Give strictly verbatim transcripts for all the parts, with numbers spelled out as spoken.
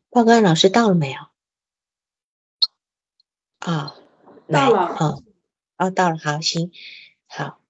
报告老师到了没有？啊、来， 到了。 哦，哦，到了，好，行，好，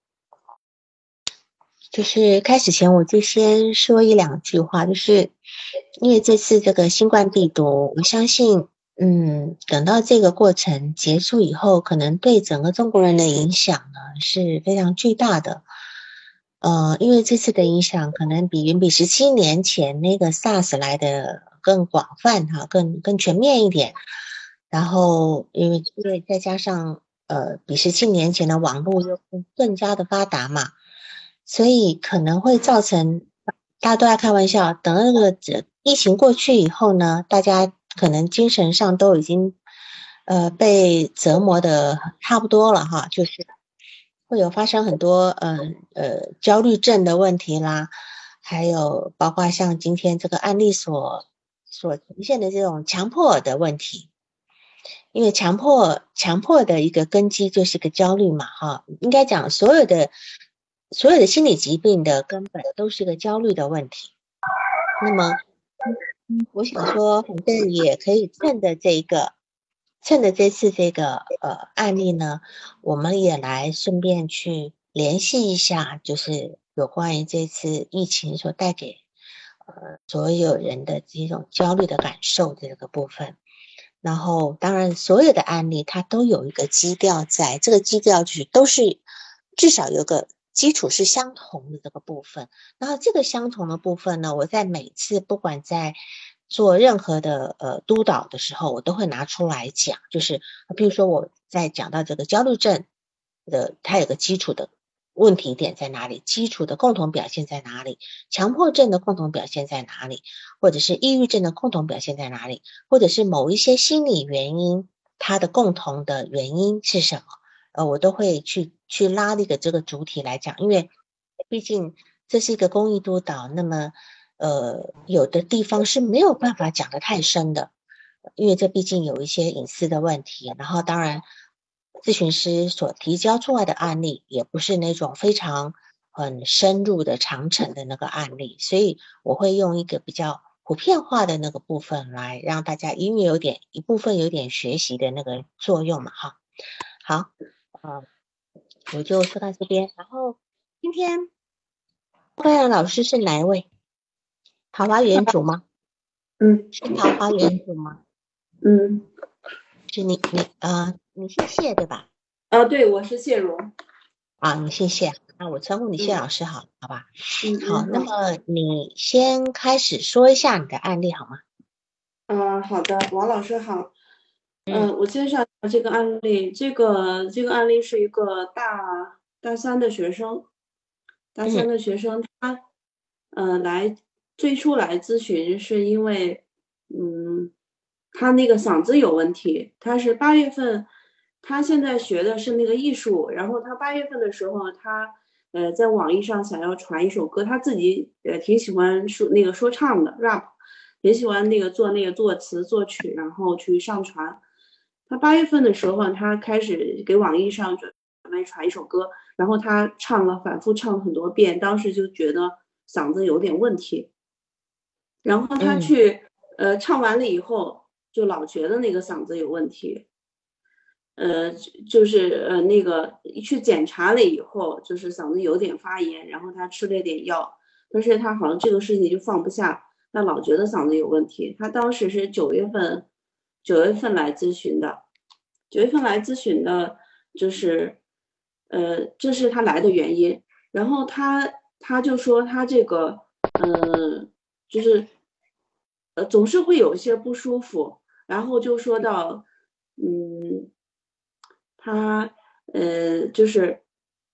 就是开始前我就先说一两句话，就是因为这次这个新冠病毒，我相信，嗯，等到这个过程结束以后，可能对整个中国人的影响呢是非常巨大的。呃，因为这次的影响可能比远比十七年前那个 SARS 来的更广泛哈，更更全面一点。然后因为因为再加上呃，比十七年前的网络又更更加的发达嘛，所以可能会造成大家都在开玩笑，等那个这疫情过去以后呢，大家可能精神上都已经呃被折磨的差不多了哈，就是会有发生很多呃呃焦虑症的问题啦，还有包括像今天这个案例所所呈现的这种强迫的问题。因为强迫强迫的一个根基就是个焦虑嘛，哈，应该讲所有的所有的心理疾病的根本都是个焦虑的问题。那么，我想说，反正也可以趁着这个，趁着这次这个呃案例呢，我们也来顺便去联系一下，就是有关于这次疫情所带给呃所有人的这种焦虑的感受的这个部分。然后，当然，所有的案例它都有一个基调在，这个基调就是都是至少有个基础是相同的这个部分。然后这个相同的部分呢，我在每次不管在做任何的呃督导的时候，我都会拿出来讲。就是比如说我在讲到这个焦虑症的，它有个基础的问题点在哪里，基础的共同表现在哪里，强迫症的共同表现在哪里，或者是抑郁症的共同表现在哪里，或者是某一些心理原因，它的共同的原因是什么？呃，我都会去去拉那个这个主体来讲，因为毕竟这是一个公益督导，那么呃，有的地方是没有办法讲得太深的，因为这毕竟有一些隐私的问题。然后，当然，咨询师所提交出来的案例也不是那种非常很深入的长程的那个案例，所以我会用一个比较普遍化的那个部分来让大家，因为有点一部分有点学习的那个作用嘛，哈。好，呃，我就说到这边。然后今天欧阳老师是哪一位？桃花源主吗？ 嗯是桃花源主吗？ 嗯。 是你你呃，你姓谢对吧？ 啊，对，我是谢荣。 啊，你姓谢，那我称呼你谢嗯老师好，好吧？ 嗯好， 嗯，好。 那么你先开始说一下你的案例好吗？ 嗯，好的，王老师好。 嗯嗯，我介绍这个案例，这个这个案例是一个大大三的学生，大三嗯的学生他呃来最初来咨询是因为嗯他那个嗓子有问题，他是八月份，他现在学的是那个艺术，然后他八月份的时候他呃在网易上想要传一首歌，他自己呃挺喜欢说那个说唱的 rap。也喜欢那个做那个作词作曲，然后去上传。他八月份的时候，他开始给网易上准备传一首歌，然后他唱了，反复唱了很多遍，当时就觉得嗓子有点问题。然后他嗯去呃唱完了以后，就老觉得那个嗓子有问题。呃，就是呃那个去检查了以后，就是嗓子有点发炎，然后他吃了点药，但是他好像这个事情就放不下，他老觉得嗓子有问题。他当时是九月份，九月份来咨询的，九月份来咨询的，就是呃这是他来的原因。然后他他就说他这个呃就是呃总是会有一些不舒服，然后就说到嗯。他呃就是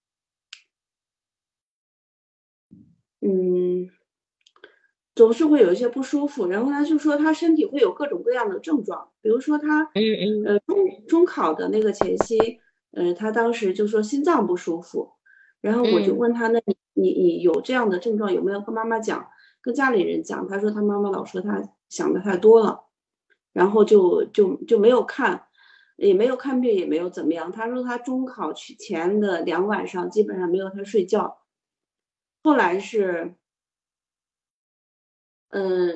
嗯总是会有一些不舒服，然后他就说他身体会有各种各样的症状，比如说他嗯嗯呃中中考的那个前夕，呃他当时就说心脏不舒服，然后我就嗯问他，那你你你有这样的症状有没有跟妈妈讲，跟家里人讲？他说他妈妈老说他想的太多了，然后就就就没有看，也没有看病，也没有怎么样。他说他中考前的两晚上基本上没有他睡觉，后来是，嗯，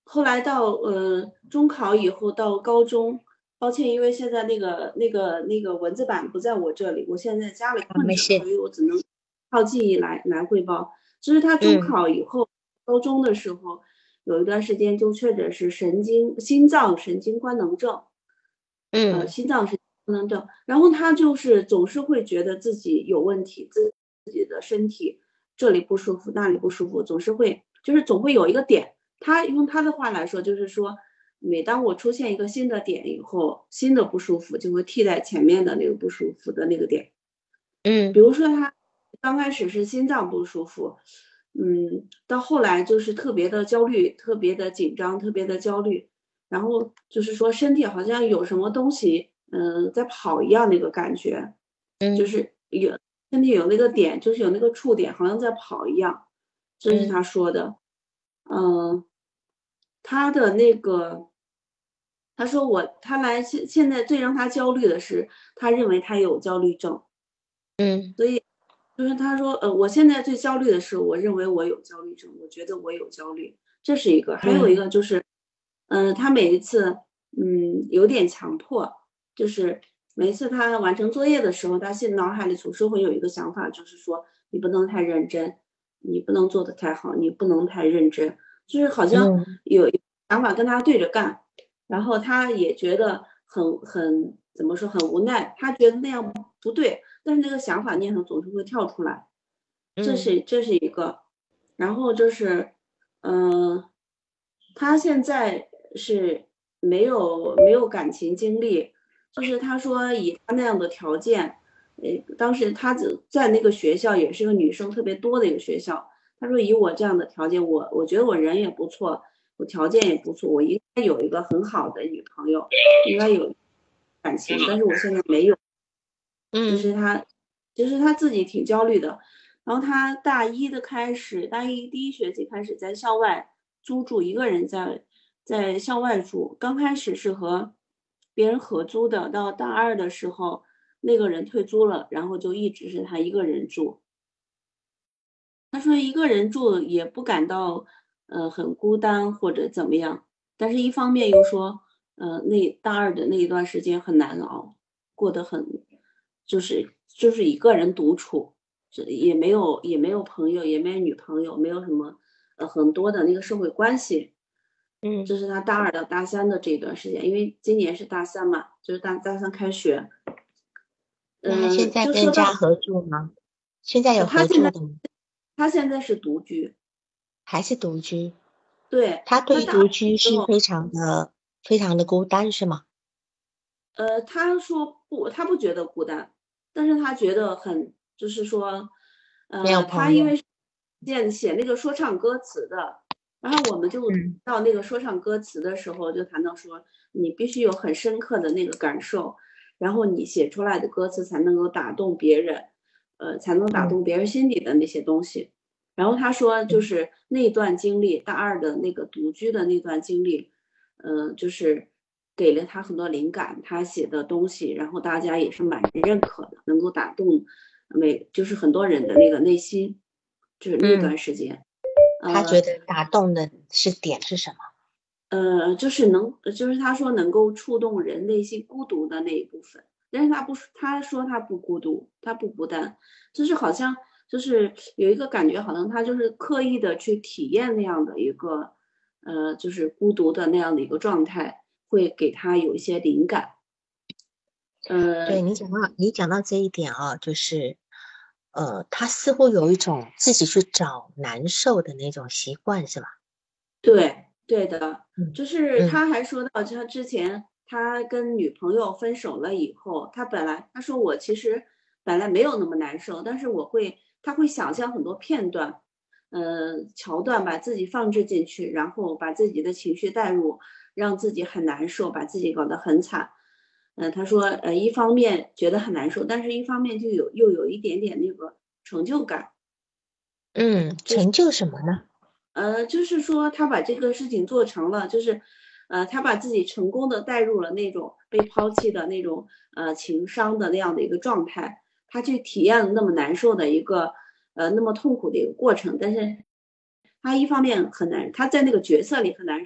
后来到呃中考以后到高中，抱歉，因为现在那个那个那个文字版不在我这里，我现在家里啊， 困着， 没事。 所以我只能靠记忆来来汇报。就是他中嗯考以后，高中的时候有一段时间就确诊是神经心脏神经官能症，呃， 嗯心脏神经官能症，然后他就是总是会觉得自己有问题，自自己的身体这里不舒服，那里不舒服，总是会就是总会有一个点。他用他的话来说，就是说，每当我出现一个新的点以后，新的不舒服就会替代前面的那个不舒服的那个点。比嗯如说他刚开始是心脏不舒服，嗯，到后来就是特别的焦虑，特别的紧张，特别的焦虑，然后就是说身体好像有什么东西，嗯、在跑一样那个感觉，就嗯是有身体有那个点，就是有那个触点，好像在跑一样，这是嗯他说的。嗯，他的那个，他说我他来现现在最让他焦虑的是，他认为他有焦虑症。 嗯所以就是他说，呃，我现在最焦虑的是，我认为我有焦虑症，我觉得我有焦虑，这是一个。还有一嗯个就是，嗯、他每一次，嗯，有点强迫，就是每一次他完成作业的时候，他现脑海里总是会有一个想法，就是说你不能太认真，你不能做的太好，你不能太认真，就是好像嗯有想法跟他对着干，然后他也觉得很很怎么说很无奈，他觉得那样不对。但是这个想法念头总是会跳出来，这嗯是这是一个，然后就是，嗯、呃他现在是没有没有感情经历，就是他说以他那样的条件，呃，当时他在那个学校也是个女生特别多的一个学校，他说以我这样的条件，我我觉得我人也不错，我条件也不错，我应该有一个很好的女朋友，应该有感情，但是我现在没有。就嗯是他，其实他自己挺焦虑的。然后他大一的开始，大一第一学期开始在校外租住，一个人在在校外住。刚开始是和别人合租的，到大二的时候，那个人退租了，然后就一直是他一个人住。他说一个人住也不感到呃很孤单或者怎么样，但是一方面又说，呃那大二的那一段时间很难熬，过得很就是就是一个人独处，这也没有也没有朋友，也没有女朋友，没有什么呃很多的那个社会关系。 嗯， 这是他大二到大三的这一段时间，因为今年是大三嘛，就是大大三开学。 那他现嗯， 在跟人就说到家合住吗？现在有呃他现在合住的吗？ 他现在是独居， 还是独居？ 对他对他大二独居之后。 是非常的非常的孤单，是吗？ 呃，他说不，他不觉得孤单，但是他觉得很，就是说， 没有呃，他朋友。 因为是写写那个说唱歌词的，然后我们就嗯到那个说唱歌词的时候，就谈到说，你必须有很深刻的那个感受，然后你写出来的歌词才能够打动别人，呃，才能打嗯动别人心里的那些东西。然后他说，就嗯是那段经历，大二的那个独居的那段经历，嗯、就是给了他很多灵感，他写的东西，然后大家也是蛮认可的，能够打动每就是很多人的那个内心，就是那嗯， 段时间，呃他觉得打动的是点是什么？ 呃，就是能，就是他说能够触动人内心孤独的那一部分，但是他不，他说他不孤独，他不孤单，就是好像就是有一个感觉，好像他就是刻意的去体验那样的一个，呃，就是孤独的那样的一个状态，会给他有一些灵感。呃， 对你讲到你讲到这一点啊，就是呃，他似乎有一种自己去找难受的那种习惯，是吧？ 对，对的， 嗯就是嗯他还说到，他之前他跟女朋友分手了以后，他本来他说我其实本来没有那么难受，但是我会他会想象很多片段，呃，桥段把自己放置进去，然后把自己的情绪带入，让自己很难受，把自己搞得很惨。嗯、他说，呃，一方面觉得很难受，但是一方面就有又有一点点那个成就感。 嗯，成就什么呢？ 呃，就是说他把这个事情做成了，就是，呃，他把自己成功的带入了那种被抛弃的那种呃情伤的那样的一个状态，他去体验了那么难受的一个呃那么痛苦的一个过程，但是他一方面很难，他在那个角色里很难受，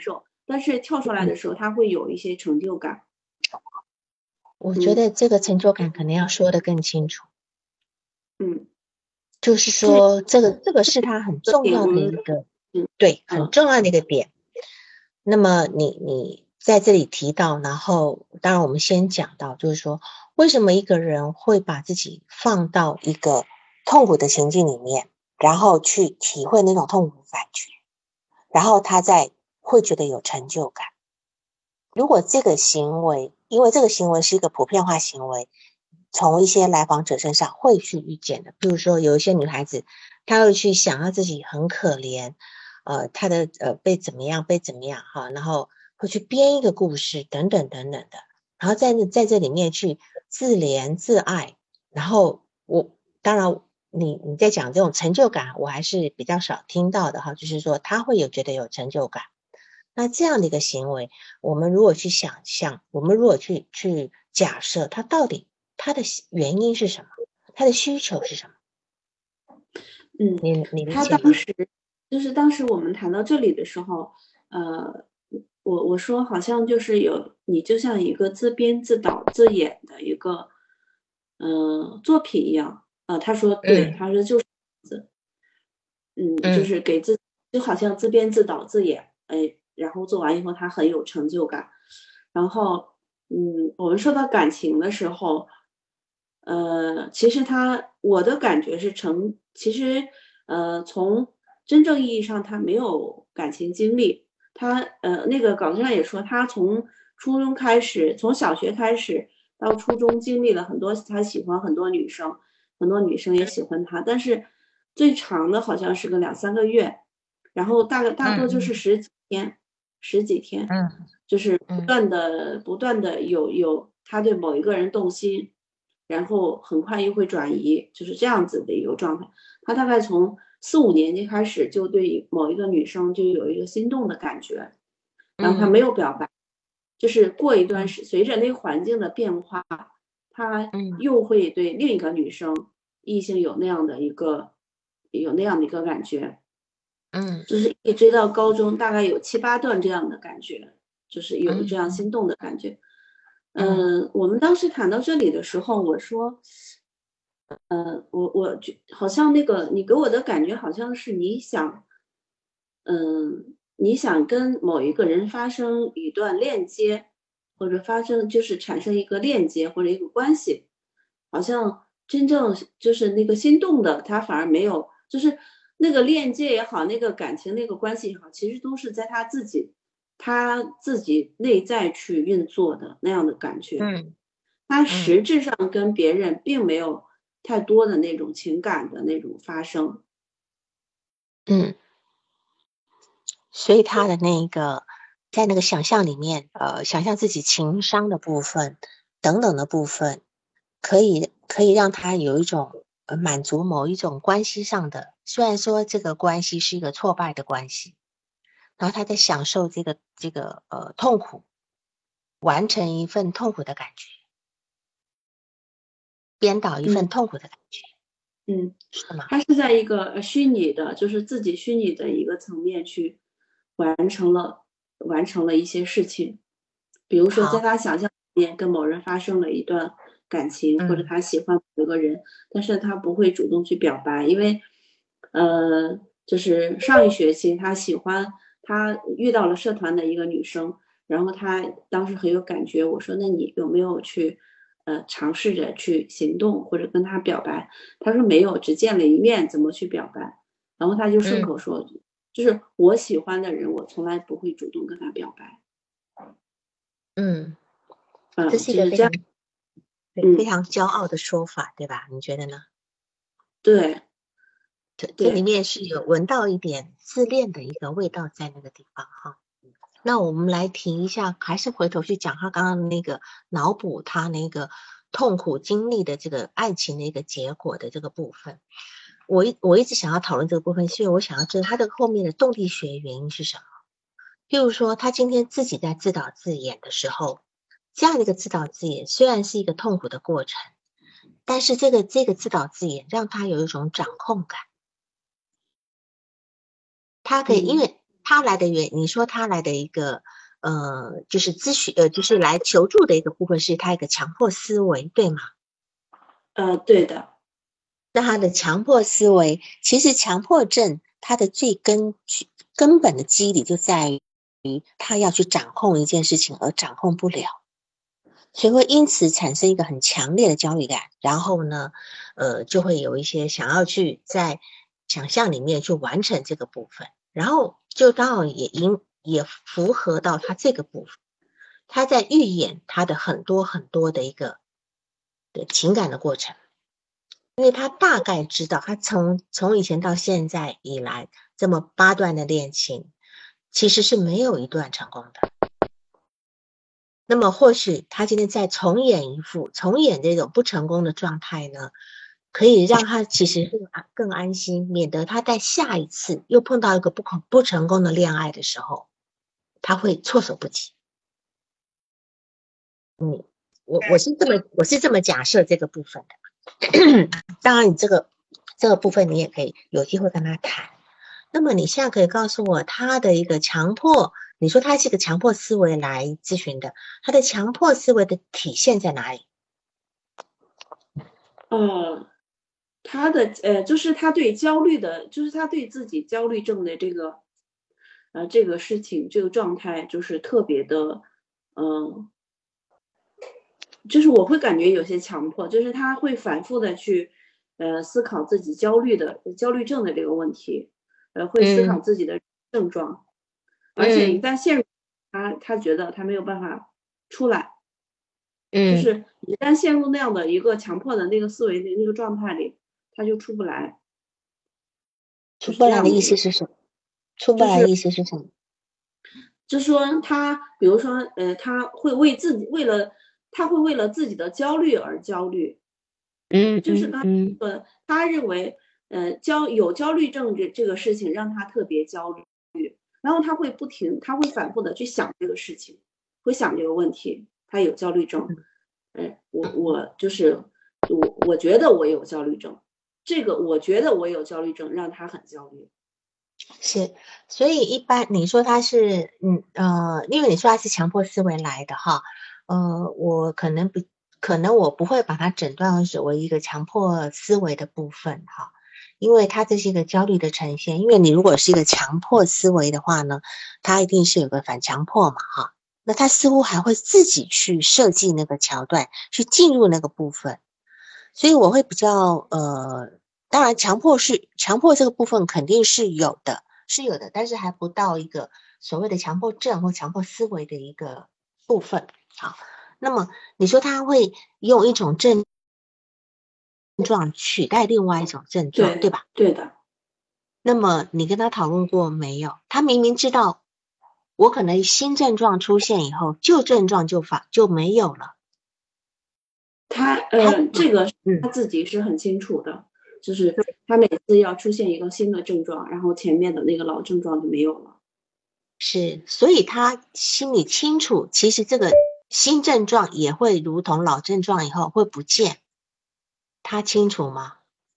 但是跳出来的时候，他会有一些成就感。 我觉得这个成就感可能要说得更清楚。 嗯， 就是说，这个这个是他很重要的一个，对，很重要的一个点。那么你你在这里提到，然后当然我们先讲到，就是说为什么一个人会把自己放到一个痛苦的情境里面，然后去体会那种痛苦的感觉，然后他再会觉得有成就感。如果这个行为，因为这个行为是一个普遍化行为，从一些来访者身上会去遇见的。比如说有一些女孩子，她会去想要自己很可怜，呃，她的呃被怎么样被怎么样哈，然后会去编一个故事等等等等的，然后在在这里面去自怜自爱。然后我当然你你在讲这种成就感，我还是比较少听到的哈，就是说她会有觉得有成就感。那这样的一个行为，我们如果去想象，我们如果去去假设，它到底它的原因是什么？它的需求是什么？ 嗯， 你你理他解吗？ 当时就是当时我们谈到这里的时候，呃，我我说好像就是有你就像一个自编自导自演的一个呃作品一样啊、呃。他说对， 嗯他说就是嗯，就嗯是给自就好像自编自导自演，哎，然后做完以后他很有成就感。然后嗯，我们说到感情的时候，呃，其实他我的感觉是成，其实呃，从真正意义上他没有感情经历。他呃那个稿子上也说，他从初中开始，从小学开始到初中经历了很多，他喜欢很多女生，很多女生也喜欢他，但是最长的好像是个两三个月，然后大概大多就是嗯十几天，十几天， 嗯就是不嗯断的不断的有有他对某一个人动心，然后很快又会转移，就是这样子的一个状态。他大概从四五年级开始就对某一个女生就有一个心动的感觉，然后他没嗯有表白，就是过一段嗯时，随着那个环境的变化，他嗯又会对另一个女生异性有那样的一个有那样的一个感觉， 嗯就是一直到高中大概有七八段这样的感觉，就是有这样嗯心动的感觉。 嗯嗯、呃，我们当时谈到这里的时候，我说，呃，我我觉好像那个你给我的感觉好像是你想，嗯，你想跟某一个人发生一段链接，或者发生就是产生一个链接或者一个关系，好像真正就是那个心动的，他反而没有，就是那个链接也好，那个感情那个关系也好，其实都是在他自己他自己内在去运作的那样的感觉。 嗯他嗯实质上跟别人并没有太多的那种情感的那种发生。 嗯，所以他的那个在那个想象里面，呃，想象自己情商的部分等等的部分，可以可以让他有一种呃满足某一种关系上的，虽然说这个关系是一个挫败的关系，然后他在享受这个这个呃痛苦，完成一份痛苦的感觉，编导一嗯份痛苦的感觉， 嗯， 是吗？ 他是在一个呃虚拟的，就是自己虚拟的一个层面去完成了完成了一些事情。比如说，在好， 他想象里面跟某人发生了一段感情，或者嗯他喜欢某个人，但是他不会主动去表白，因为呃，就是上一学期他喜欢他遇到了社团的一个女生，然后他当时很有感觉，我说那你有没有去呃尝试着去行动或者跟他表白？他说没有，只见了一面，怎么去表白？然后他就顺嗯口说，就是我喜欢的人，我从来不会主动跟他表白。 嗯，这嗯， 是一个非常就是这样。 对非嗯， 常骄傲的说法，对吧？你觉得呢？ 对这这里对， 面是有闻到一点自恋的一个味道在那个地方哈。那我们来停一下，还是回头去讲他刚刚那个脑补他那个痛苦经历的这个爱情的一个结果的这个部分。我一我一直想要讨论这个部分，是因为我想要知道他的后面的动力学原因是什么。譬如说，他今天自己在自导自演的时候，这样的一个自导自演虽然是一个痛苦的过程，但是这个这个自导自演让他有一种掌控感。他可以，因嗯为他来的原，你说他来的一个呃，就是咨询呃，就是来求助的一个部分是他一个强迫思维，对吗？ 呃，对的。 那他的强迫思维，其实强迫症它的最根根本的机理就在于他要去掌控一件事情而掌控不了，所以会因此产生一个很强烈的焦虑感，然后呢，呃，就会有一些想要去在想象里面去完成这个部分，然后就刚好也因也符合到他这个部分，他在预演他的很多很多的一个的情感的过程。因为他大概知道，他从从以前到现在以来，这么八段的恋情，其实是没有一段成功的。那么或许他今天再重演一副，重演这种不成功的状态呢，可以让他其实更安更安心，免得他在下一次又碰到一个不可不成功的恋爱的时候，他会措手不及。嗯，我我是这么我是这么假设这个部分的。当然，你这个这个部分你也可以有机会跟他谈。那么你现在可以告诉我他的一个强迫，你说他是一个强迫思维来咨询的，他的强迫思维的体现在哪里？ 呃，他的呃，就是他对焦虑的，就是他对自己焦虑症的这个呃这个事情这个状态，就是特别的，嗯、呃，就是我会感觉有些强迫，就是他会反复的去呃思考自己焦虑的焦虑症的这个问题，呃，会思考嗯自己的症状，而且一嗯旦陷入他，他觉得他没有办法出来。就嗯， 是一旦陷入那样的一个强迫的那个思维的那个状态里，他就出不来，就是出不来的意这样的一个， 思是什么？出不来的就是意思是什么？ 就是说他，比如说，呃，他会为自己，为了他会为了自己的焦虑而焦虑， 嗯就是刚才嗯嗯， 说的，他认为，呃，焦有焦虑症这这个事情让他特别焦虑，然后他会不停，他会反复的去想这个事情，会想这个问题，他有焦虑症。哎，我我就是我我觉得我有焦虑症，这个我觉得我有焦虑症，让他很焦虑。 是，所以一般你说他是，嗯呃，因为你说他是强迫思维来的哈，呃，我可能不，可能我不会把它诊断为一个强迫思维的部分哈，因为它这是一个焦虑的呈现。因为你如果是一个强迫思维的话呢，它一定是有个反强迫嘛哈，那他似乎还会自己去设计那个桥段，去进入那个部分，所以我会比较呃。当然，强迫是强迫这个部分肯定是有的，是有的，但是还不到一个所谓的强迫症或强迫思维的一个部分。好，那么你说他会用一种症状取代另外一种症状，对对吧？ 对的， 那么你跟他讨论过没有？他明明知道我可能新症状出现以后，旧症状就发就没有了。 他他呃，这个他嗯。 自己是很清楚的，就是他每次要出现一个新的症状，然后前面的那个老症状就没有了。 是，所以他心里清楚，其实这个新症状也会如同老症状以后会不见，他清楚吗？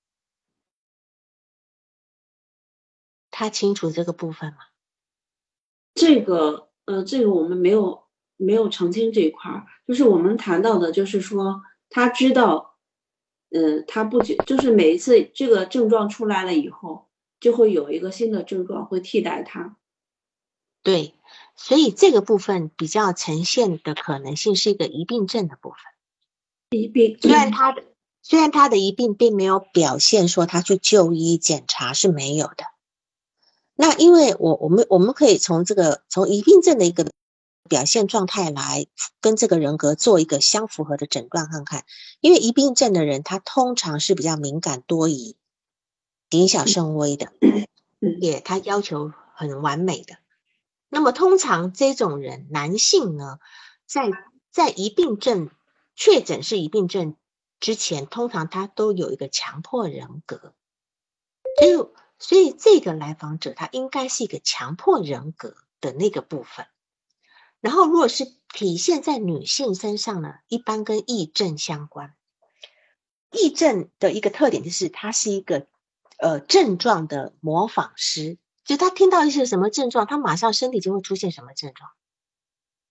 他清楚这个部分吗？ 这个呃，这个我们没有没有澄清这一块儿，就是我们谈到的，就是说他知道，呃，他不觉，就是每一次这个症状出来了以后，就会有一个新的症状会替代它。 对，所以这个部分比较呈现的可能性是一个疑病症的部分。 一并虽然他的虽然他的疑病并没有表现说他去就医检查是没有的，那因为我我们我们可以从这个从疑病症的一个表现状态来跟这个人格做一个相符合的诊断看看，因为疑病症的人他通常是比较敏感多疑、谨小慎微的， 嗯， 也他要求很完美的。那么通常这种人，男性呢，在在疑病症确诊是疑病症之前，通常他都有一个强迫人格，所以所以这个来访者他应该是一个强迫人格的那个部分。然后如果是体现在女性身上呢，一般跟癔症相关。癔症的一个特点就是它是一个呃症状的模仿师，就他听到一些什么症状，他马上身体就会出现什么症状。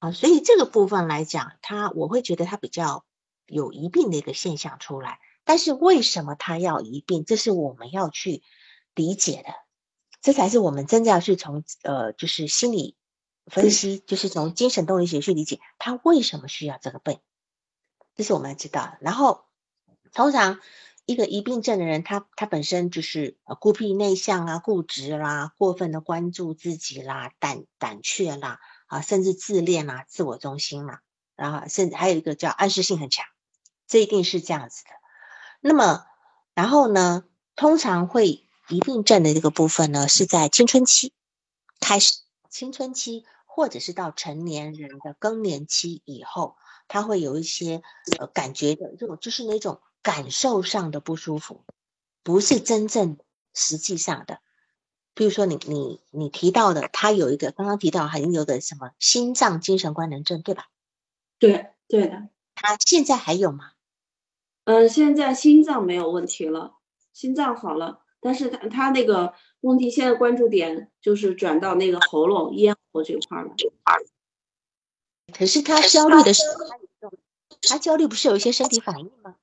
啊，所以这个部分来讲，他我会觉得他比较有疑病的一个现象出来。但是为什么他要疑病，这是我们要去理解的，这才是我们真正要去从呃，就是心理分析，就是从精神动力学去理解他为什么需要这个病，这是我们要知道的。然后通常一个疑病症的人，他他本身就是呃孤僻内向啊、固执啦、过分的关注自己啦、胆胆怯啦。啊，甚至自恋啊、自我中心嘛，然后甚至还有一个叫暗示性很强，这一定是这样子的。那么，然后呢，通常会疑病症的这个部分呢，是在青春期开始，青春期或者是到成年人的更年期以后，他会有一些呃感觉的这种，就是那种感受上的不舒服，不是真正实际上的。比如说你你你提到的，他有一个刚刚提到还有个什么心脏精神官能症，对吧？ 对对的。 他现在还有吗？ 嗯，现在心脏没有问题了，心脏好了，但是他他那个问题现在关注点就是转到那个喉咙咽喉这块了。 可是他焦虑的时候，他有这种，他焦虑不是有一些身体反应吗？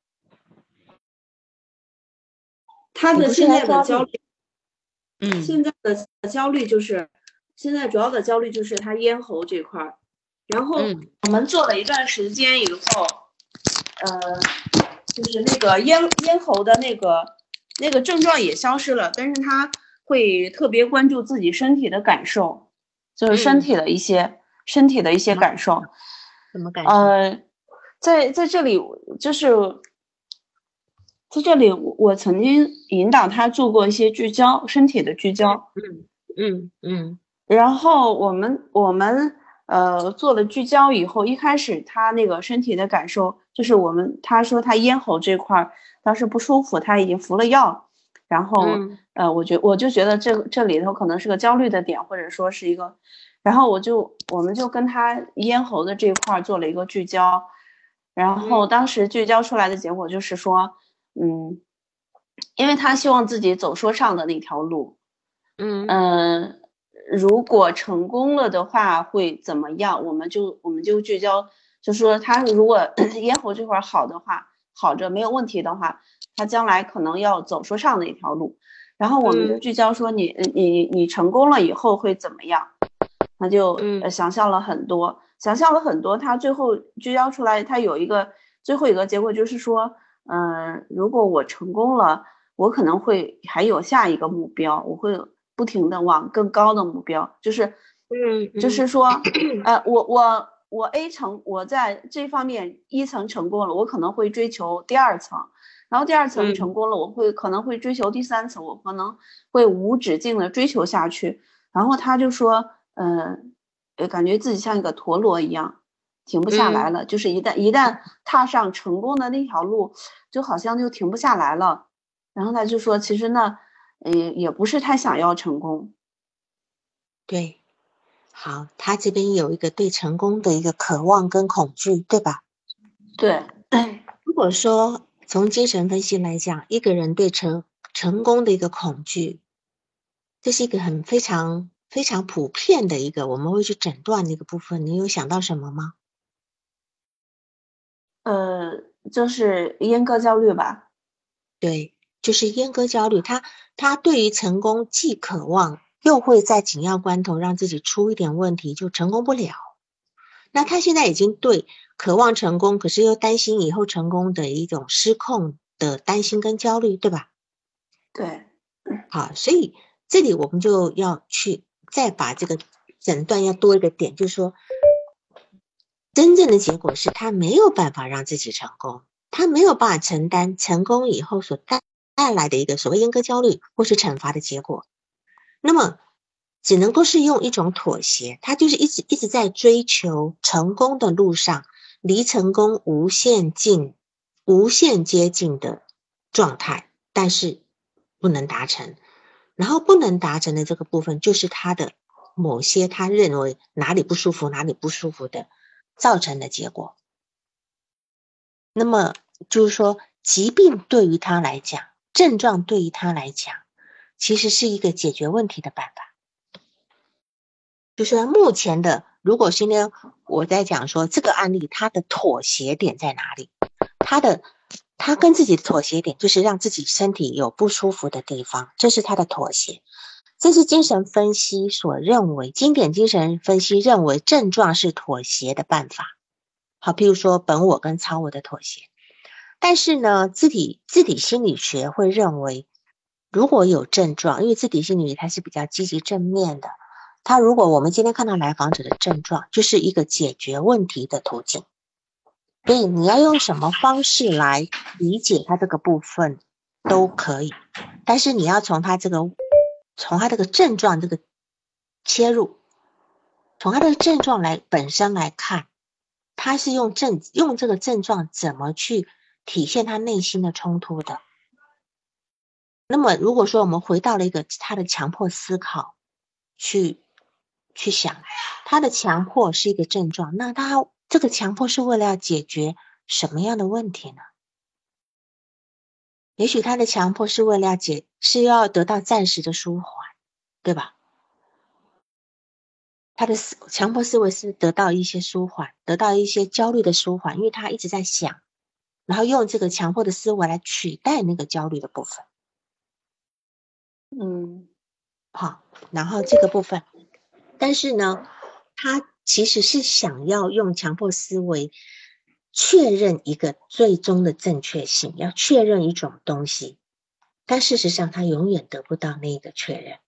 他的现在的焦虑， 嗯， 现在的焦虑就是现在主要的焦虑就是他咽喉这块，然后我们做了一段时间以后，呃，就是那个咽咽喉的那个那个症状也消失了，但是他会特别关注自己身体的感受，就是身体的一些、嗯、身体的一些感受。 什么感受？ 呃，在在这里就是在这里，我曾经引导他做过一些聚焦，身体的聚焦。 嗯嗯嗯。 然后我们我们呃做了聚焦以后，一开始他那个身体的感受就是我们他说他咽喉这块当时不舒服，他已经服了药，然后、嗯、呃我觉我就觉得这这里头可能是个焦虑的点，或者说是一个，然后我就我们就跟他咽喉的这块做了一个聚焦，然后当时聚焦出来的结果就是说，嗯，因为他希望自己走说唱的那条路，嗯嗯。呃如果成功了的话会怎么样，我们就我们就聚焦，就说他如果咽喉这块好的话，好着没有问题的话，他将来可能要走说唱的一条路，然后我们就聚焦说你、嗯、你你成功了以后会怎么样，他就、呃、想象了很多、嗯、想象了很多，他最后聚焦出来，他有一个最后一个结果就是说嗯、呃，如果我成功了，我可能会还有下一个目标，我会不停的往更高的目标，就是，嗯，就是说，呃，我我我 A 层，我在这方面一层成功了，我可能会追求第二层，然后第二层成功了，我会可能会追求第三层，我可能会无止境的追求下去。然后他就说，嗯、呃，感觉自己像一个陀螺一样，停不下来了，就是一旦一旦踏上成功的那条路，就好像就停不下来了。然后他就说，其实呢。也也不是太想要成功。 对，好，他这边有一个对成功的一个渴望跟恐惧，对吧？ 对。 如果说从精神分析来讲，一个人对成成功的一个恐惧，这是一个很非常非常普遍的一个我们会去诊断的一个部分，你有想到什么吗？ 呃，就是阉割焦虑吧。 对，就是阉割焦虑，他他对于成功既渴望，又会在紧要关头让自己出一点问题，就成功不了。那他现在已经对渴望成功，可是又担心以后成功的一种失控的担心跟焦虑，对吧？ 对。 好，所以这里我们就要去再把这个诊断要多一个点，就是说，真正的结果是他没有办法让自己成功。他没有办法承担成功以后所带带来的一个所谓阉割焦虑或是惩罚的结果，那么只能够是用一种妥协，他就是一直一直在追求成功的路上，离成功无限近、无限接近的状态，但是不能达成。然后不能达成的这个部分，就是他的某些他认为哪里不舒服、哪里不舒服的造成的结果。那么就是说，疾病对于他来讲，症状对于他来讲，其实是一个解决问题的办法。就是目前的如果今天我在讲说这个案例它的妥协点在哪里，它的他跟自己的妥协点就是让自己身体有不舒服的地方，这是他的妥协。这是精神分析所认为，经典精神分析认为症状是妥协的办法。好，譬如说本我跟超我的妥协。但是呢，自体自体心理学会认为，如果有症状，因为自体心理学它是比较积极正面的，它如果我们今天看到来访者的症状，就是一个解决问题的途径。所以你要用什么方式来理解他这个部分都可以，但是你要从他这个从他这个症状这个切入，从他的症状来本身来看，他是用症用这个症状怎么去体现他内心的冲突的。那么如果说我们回到了一个他的强迫思考去去想，他的强迫是一个症状，那他这个强迫是为了要解决什么样的问题呢？也许他的强迫是为了要解是要得到暂时的舒缓，对吧？他的强迫思维是得到一些舒缓，得到一些焦虑的舒缓，因为他一直在想，然后用这个强迫的思维来取代那个焦虑的部分。 嗯， 好，然后这个部分，但是呢，他其实是想要用强迫思维确认一个最终的正确性，要确认一种东西，但事实上他永远得不到那个确认。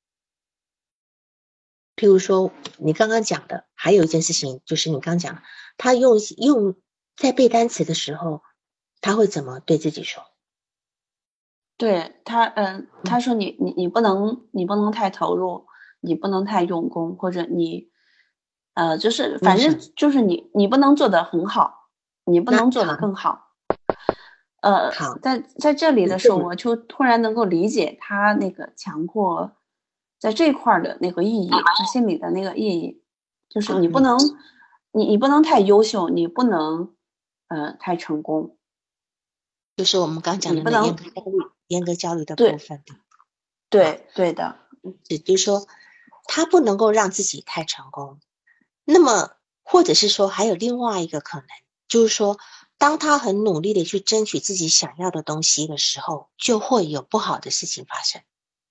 譬如说你刚刚讲的，还有一件事情就是你刚讲，他用用在背单词的时候，他会怎么对自己说？ 对他，嗯，他说你你你不能你不能太投入，你不能太用功，或者你，呃，就是反正就是你你不能做得很好，你不能做得更好。呃，在在这里的时候，我就突然能够理解他那个强迫在这块的那个意义，他心里的那个意义，就是你不能，你你不能太优秀，你不能，呃，太成功， 就是我们刚讲的那严格焦虑、严格焦虑的部分。 对对的， 也就是说，他不能够让自己太成功。那么，或者是说，还有另外一个可能，就是说，当他很努力的去争取自己想要的东西的时候，就会有不好的事情发生。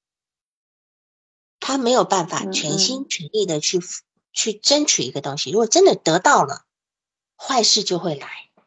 他没有办法全心全意的去、嗯、去争取一个东西，如果真的得到了，坏事就会来。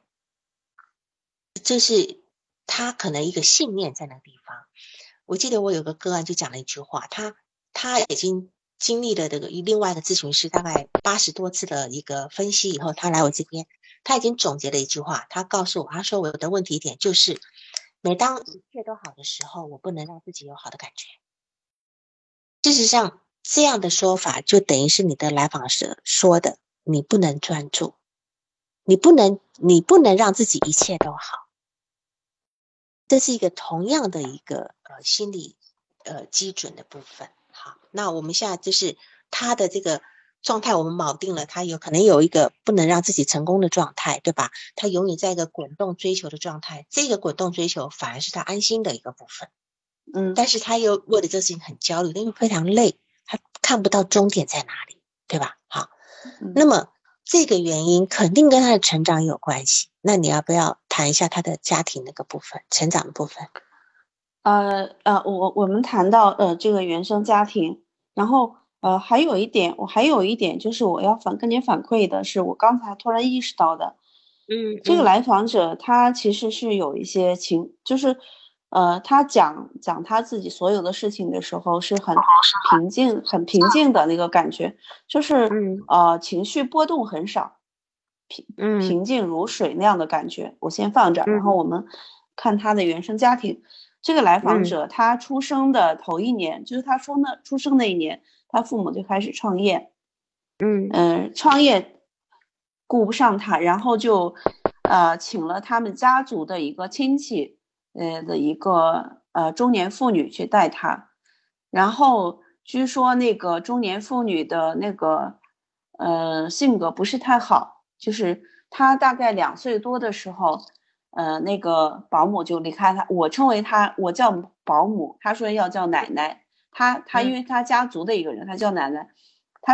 这是他可能一个信念在那个地方。我记得我有个个案就讲了一句话，他他已经经历了这个另外一个咨询师大概八十多次的一个分析以后，他来我这边，他已经总结了一句话，他告诉我，他说我的问题点就是，每当一切都好的时候，我不能让自己有好的感觉。事实上，这样的说法就等于是你的来访者说的，你不能专注，你不能你不能让自己一切都好。这是一个同样的一个呃心理呃基准的部分。好，那我们现在就是他的这个状态，我们锚定了，他有可能有一个不能让自己成功的状态，对吧？他永远在一个滚动追求的状态，这个滚动追求反而是他安心的一个部分。嗯，但是他又为了这事情很焦虑，因为非常累，他看不到终点在哪里，对吧？好，嗯、那么这个原因肯定跟他的成长有关系。那你要不要谈一下他的家庭那个部分，成长的部分？ 呃呃，我我们谈到呃这个原生家庭，然后呃还有一点，我还有一点就是我要反跟您反馈的是，我刚才突然意识到的， 嗯， 这个来访者他其实是有一些情，就是呃他讲讲他自己所有的事情的时候是很平静、很平静的那个感觉，就是呃情绪波动很少，平平静如水那样的感觉。我先放着，然后我们看他的原生家庭。这个来访者、嗯、他出生的头一年，就是他出那出生那一年，他父母就开始创业，嗯嗯、呃，创业顾不上他，然后就呃请了他们家族的一个亲戚呃的一个呃中年妇女去带他，然后据说那个中年妇女的那个呃性格不是太好，就是他大概两岁多的时候。呃，那个保姆就离开他，我称为他，我叫保姆，他说要叫奶奶，他他因为他家族的一个人，他叫奶奶，他说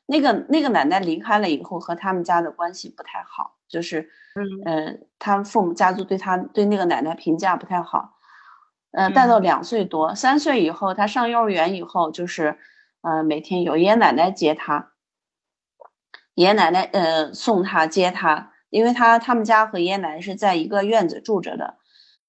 那个那个奶奶离开了以后，和他们家的关系不太好，就是嗯呃，他父母家族对他对那个奶奶评价不太好。呃，带到嗯两岁多，三岁以后，他上幼儿园以后，就是呃，每天有爷爷奶奶接他，爷爷奶奶呃送他接他，因为他他们家和爷爷奶奶是在一个院子住着的，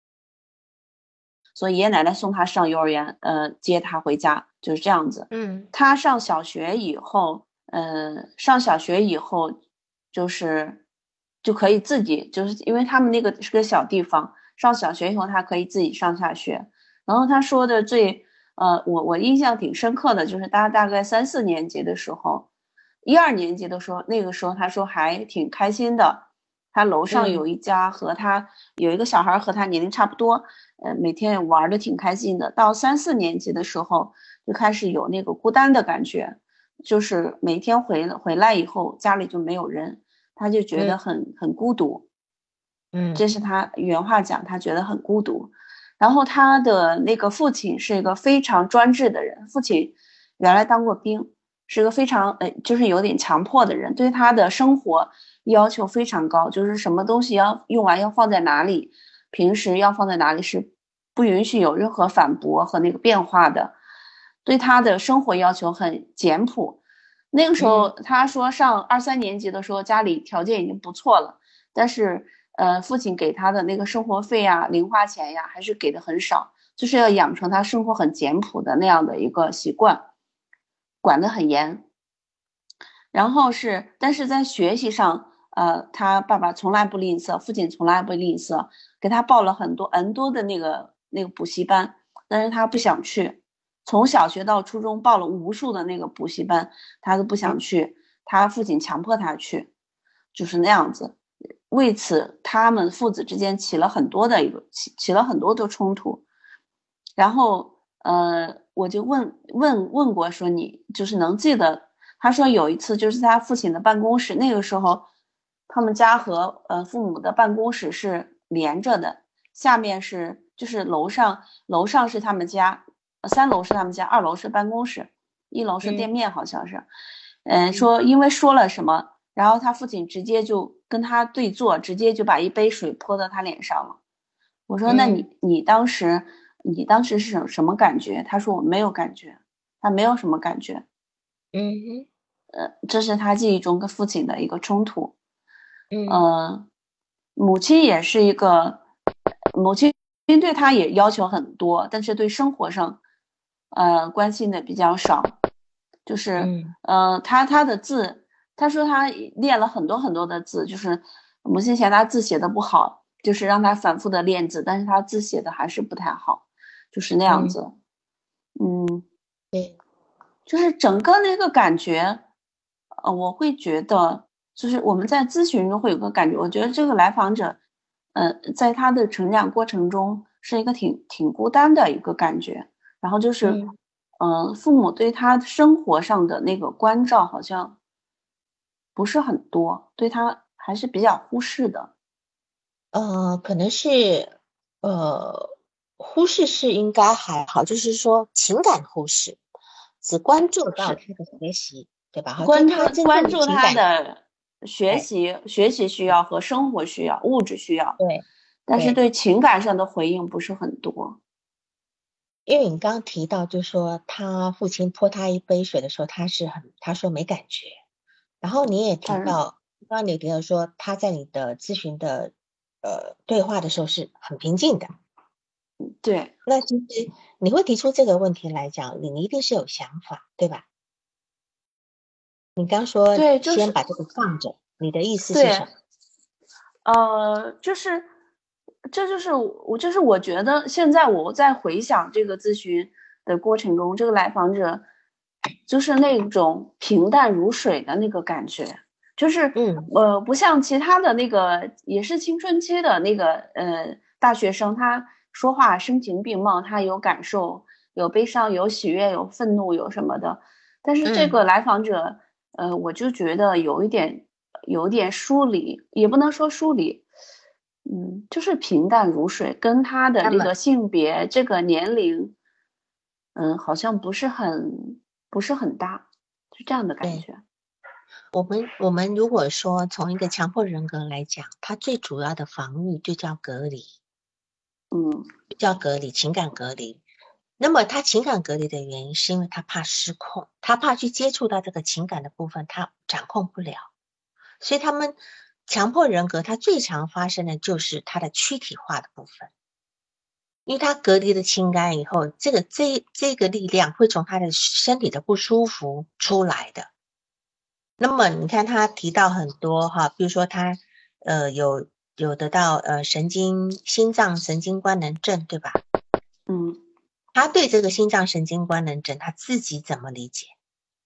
所以爷爷奶奶送他上幼儿园，呃，接他回家，就是这样子。 嗯他上小学以后，呃，上小学以后，就是就可以自己，就是因为他们那个是个小地方，上小学以后他可以自己上下学。然后他说的最，呃，我我印象挺深刻的，就是他大概三四年级的时候，一二年级的时候，那个时候他说还挺开心的。他楼上嗯有一家和他有一个小孩和他年龄差不多，呃，每天也玩的挺开心的。到三四年级的时候，就开始有那个孤单的感觉，就是每天回回来以后，家里就没有人，他就觉嗯得很很孤独。 嗯这是他原话讲，他觉得很孤独。然后他的那个父亲是一个非常专制的人，父亲原来当过兵，是个非常呃，就是有点强迫的人，对他的生活要求非常高，就是什么东西要用完要放在哪里，平时要放在哪里是不允许有任何反驳和那个变化的，对他的生活要求很简朴。那个时候嗯他说上二三年级的时候家里条件已经不错了，但是呃父亲给他的那个生活费呀、零花钱呀还是给的很少，就是要养成他生活很简朴的那样的一个习惯，管得很严。然后是，但是在学习上，呃，他爸爸从来不吝啬，父亲从来不吝啬，给他报了很多 N 多的那个那个补习班，但是他不想去。从小学到初中报了无数的那个补习班，他都不想去，他父亲强迫他去，就是那样子。为此，他们父子之间起了很多的一个起起了很多的冲突。然后，呃，我就问问问过说你就是能记得。他说有一次就是他父亲的办公室，那个时候他们家和呃父母的办公室是连着的，下面是就是楼上楼上是他们家，三楼是他们家，二楼是办公室，一楼是店嗯面好像是。嗯，说因为说了什么，然后他父亲直接就跟他对坐，直接就把一杯水泼到他脸上了。我说那嗯你你当时你当时是什什么感觉？他说我没有感觉，他没有什么感觉。 嗯呃，这是他记忆中跟父亲的一个冲突。 嗯呃，母亲也是一个，母亲对他也要求很多，但是对生活上，呃，关心的比较少。就是， 嗯呃，他他的字，他说他练了很多很多的字，就是母亲嫌他字写的不好，就是让他反复的练字，但是他字写的还是不太好，就是那样嗯， 子。嗯。 对， 就是整个那个感觉，呃，我会觉得，就是我们在咨询中会有个感觉，我觉得这个来访者，呃，在他的成长过程中是一个挺挺孤单的一个感觉，然后就是， 嗯嗯、呃，父母对他生活上的那个关照好像不是很多，对他还是比较忽视的。 呃，可能是呃忽视是应该还好，就是说情感忽视，只关注到是。 他的学习，对吧？哈，对关注他真正关注的情感， 他的学哎， 习学习需要和生活需要、物质需要， 对对。 但是对情感上的回应不是很多。 因为你刚刚提到，就是说他父亲泼他一杯水的时候，他是很，他说没感觉。然后你也提但到，刚刚你也提到说他在你的咨询的呃对话的时候是很平静的。 对那其实你会提出这个问题来讲，你一定是有想法，对吧？你刚说对，就是先把这个放着，你的意思是什对， 么？ 呃，就是这就是我就是我觉得现在我在回想这个咨询的过程中，这个来访者就是那种平淡如水的那个感觉，就是嗯呃不像其他的那个也是青春期的那个呃大学生，他说话声情并茂，他有感受，有悲伤，有喜悦，有愤怒，有什么的。但是这嗯， 个来访者，呃，我就觉得有一点有一点疏离，也不能说疏离，嗯，就是平淡如水，跟他的那么这个性别、这个年龄，嗯，好像不是很不是很搭，是这样的感对。 觉。 我们我们如果说从一个强迫人格来讲，它最主要的防御就叫隔离， 嗯， 叫隔离，情感隔离。那么他情感隔离的原因，是因为他怕失控，他怕去接触到这个情感的部分，他掌控不了。所以他们强迫人格，它最常发生的就是它的躯体化的部分，因为他隔离了情感以后，这个这这个力量会从他的身体的不舒服出来的。那么你看他提到很多哈，比如说他呃有有得到呃神经心脏神经官能症，对吧？ 嗯， 他对这个心脏神经官能症他自己怎么理解？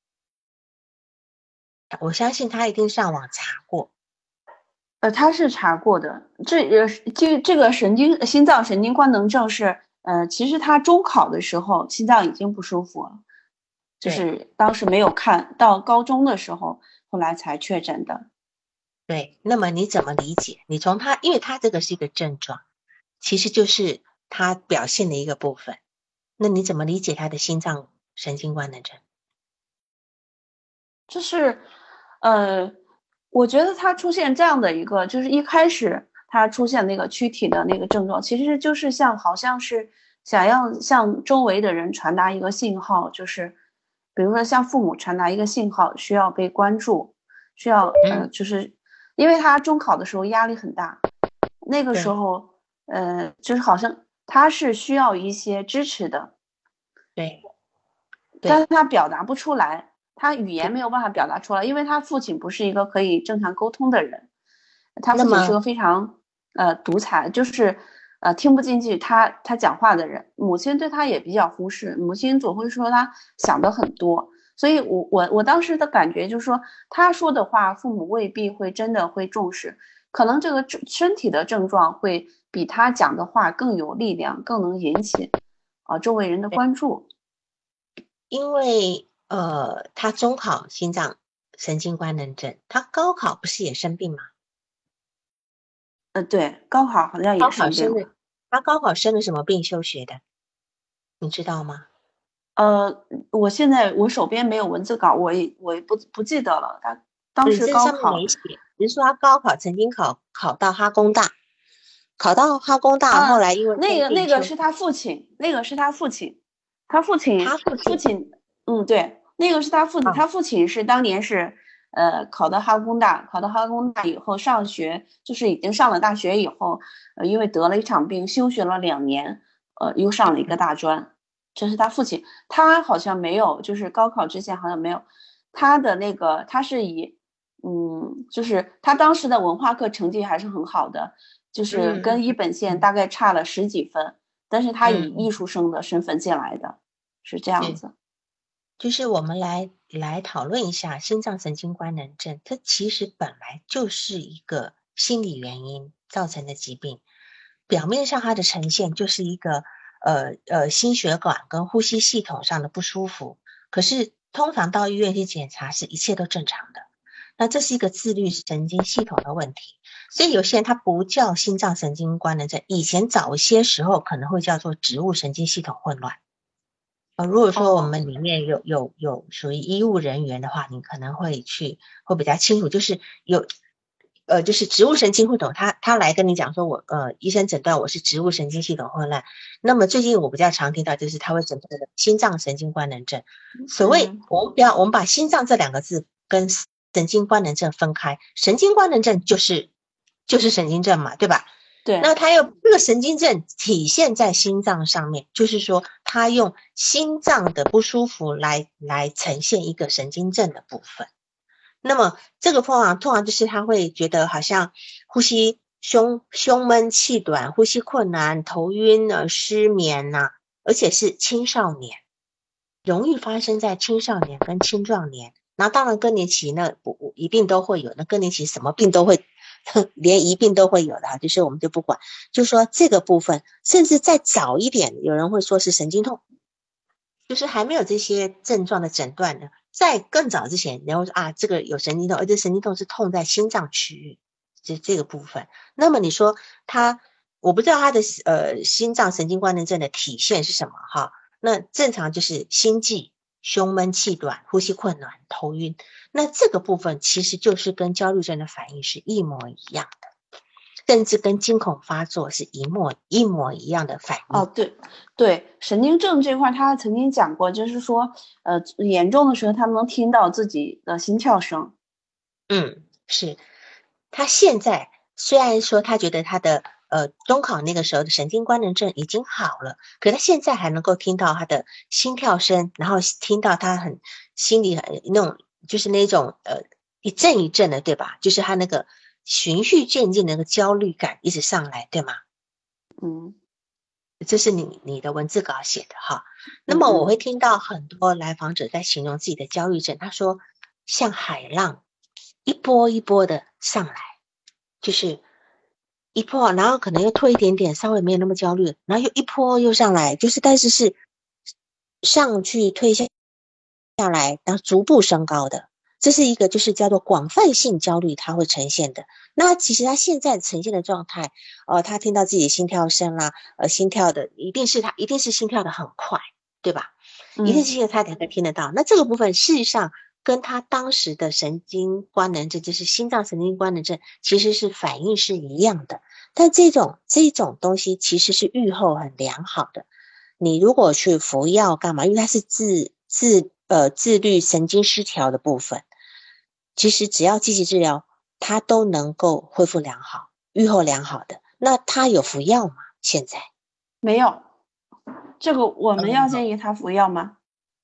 我相信他一定上网查过。 呃，他是查过的，这呃这这个神经心脏神经官能症是呃，其实他中考的时候心脏已经不舒服了，就是当时没有看到高中的时候，后来才确诊的。 对，那么你怎么理解？你从他，因为他这个是一个症状，其实就是他表现的一个部分。那你怎么理解他的心脏神经官能症？ 就是呃，我觉得他出现这样的一个，就是一开始他出现那个躯体的那个症状，其实就是像好像是想要向周围的人传达一个信号，就是比如说向父母传达一个信号，需要被关注，需要呃， 嗯， 就是因为他中考的时候压力很大，那个时对候呃，就是好像他是需要一些支持的， 对但是对他表达不出来，他语言对。 没有办法表达出来，因为他父亲不是一个可以正常沟通的人，他那么父亲是个非常呃独裁，就是呃听不进去他他讲话的人，母亲对他也比较忽视，母亲总会说他想的很多，所以我我我当时的感觉就是说，他说的话父母未必会真的会重视，可能这个身体的症状会比他讲的话更有力量，更能引起啊、呃周围人的关注。 因为呃，他中考心脏神经官能症，他高考不是也生病吗？ 呃，对，高考好像也高考生病了。 生的，他高考生了什么病休学的？你知道吗？ 呃，我现在我手边没有文字稿，我也我也不不记得了。他当时你这上面高考没写，只是说他高考曾经考考到哈工大，考到哈工大，后啊， 来因为那个生病休学。 那个是他父亲，那个是他父亲，他父亲他父亲父亲，嗯，对，那个是他父亲， 啊， 他父亲是当年是呃考到哈工大，考到哈工大以后上学，就是已经上了大学以后，呃，因为得了一场病，休学了两年，呃，又上了一个大专，这是他父亲，他好像没有，就是高考之前好像没有，他的那个他是以嗯，就是他当时的文化课成绩还是很好的。就是嗯跟一本线嗯大概差了十几分，但是他以嗯嗯， 艺术生的身份进来的，是这样是， 子。 就是我们来来讨论一下心脏神经官能症，它其实本来就是一个心理原因造成的疾病，表面上它的呈现就是一个呃呃心血管跟呼吸系统上的不舒服，可是通常到医院去检查是一切都正常的，那这是一个自律神经系统的问题。所以有些人他不叫心脏神经官能症，以前早些时候可能会叫做植物神经系统混乱。呃，如果说我哦， 们里面有有有属于医务人员的话，你可能会去会比较清楚，就是有呃，就是植物神经系统，他他来跟你讲说我呃，医生诊断我是植物神经系统混乱。那么最近我比较常听到就是他会诊断的心脏神经官能症。所谓嗯， 我们不要我们把心脏这两个字跟神经官能症分开，神经官能症就是就是神经症嘛，对吧？那对， 它又这个神经症体现在心脏上面，就是说它用心脏的不舒服来来呈现一个神经症的部分。那么这个通常通常就是他会觉得好像呼吸胸胸闷气短、呼吸困难、头晕呢、失眠呐、而且是青少年，容易发生在青少年跟青壮年。那当然更年期那不一定都会有，那更年期什么病都会，连疑病都会有的，就是我们就不管。就是说这个部分，甚至再早一点，有人会说是神经痛，就是还没有这些症状的诊断呢。在更早之前，然后说啊，这个有神经痛，而且神经痛是痛在心脏区域，这这个部分。那么你说他，我不知道他的呃心脏神经官能症的体现是什么哈？那正常就是心悸、 胸闷气短、呼吸困难、头晕。那这个部分其实就是跟焦虑症的反应是一模一样的，甚至跟惊恐发作是一模一模一样的反应。 哦，对对，神经症这块他曾经讲过，就是说，呃，严重的时候他能听到自己的心跳声。 嗯，是。他现在虽然说他觉得他的呃中考那个时候的神经官能症已经好了，可他现在还能够听到他的心跳声，然后听到他很心里很那种就是那种呃一阵一阵的，对吧？就是他那个循序渐进的那个焦虑感一直上来，对吗？ 嗯这是你你的文字稿写的哈。那嗯嗯么我会听到很多来访者在形容自己的焦虑症，他说像海浪一波一波的上来，就是一波，然后可能又退一点点，稍微没有那么焦虑，然后又一波又上来，就是但是是上去退下下来，然后逐步升高的。这是一个就是叫做广泛性焦虑，它会呈现的。那其实他现在呈现的状态，呃，他听到自己的心跳声啦，呃，心跳的一定是他一定是心跳的很快，对吧？一定是嗯心跳他才能听得到。那这个部分事实上跟他当时的神经官能症，就是心脏神经官能症，其实是反应是一样的。但这种这种东西其实是预后很良好的。你如果去服药干嘛？因为它是自自呃自律神经失调的部分，其实只要积极治疗，它都能够恢复良好，预后良好的。那他有服药吗？现在？ 没有，这个我们要嗯建议他服药吗？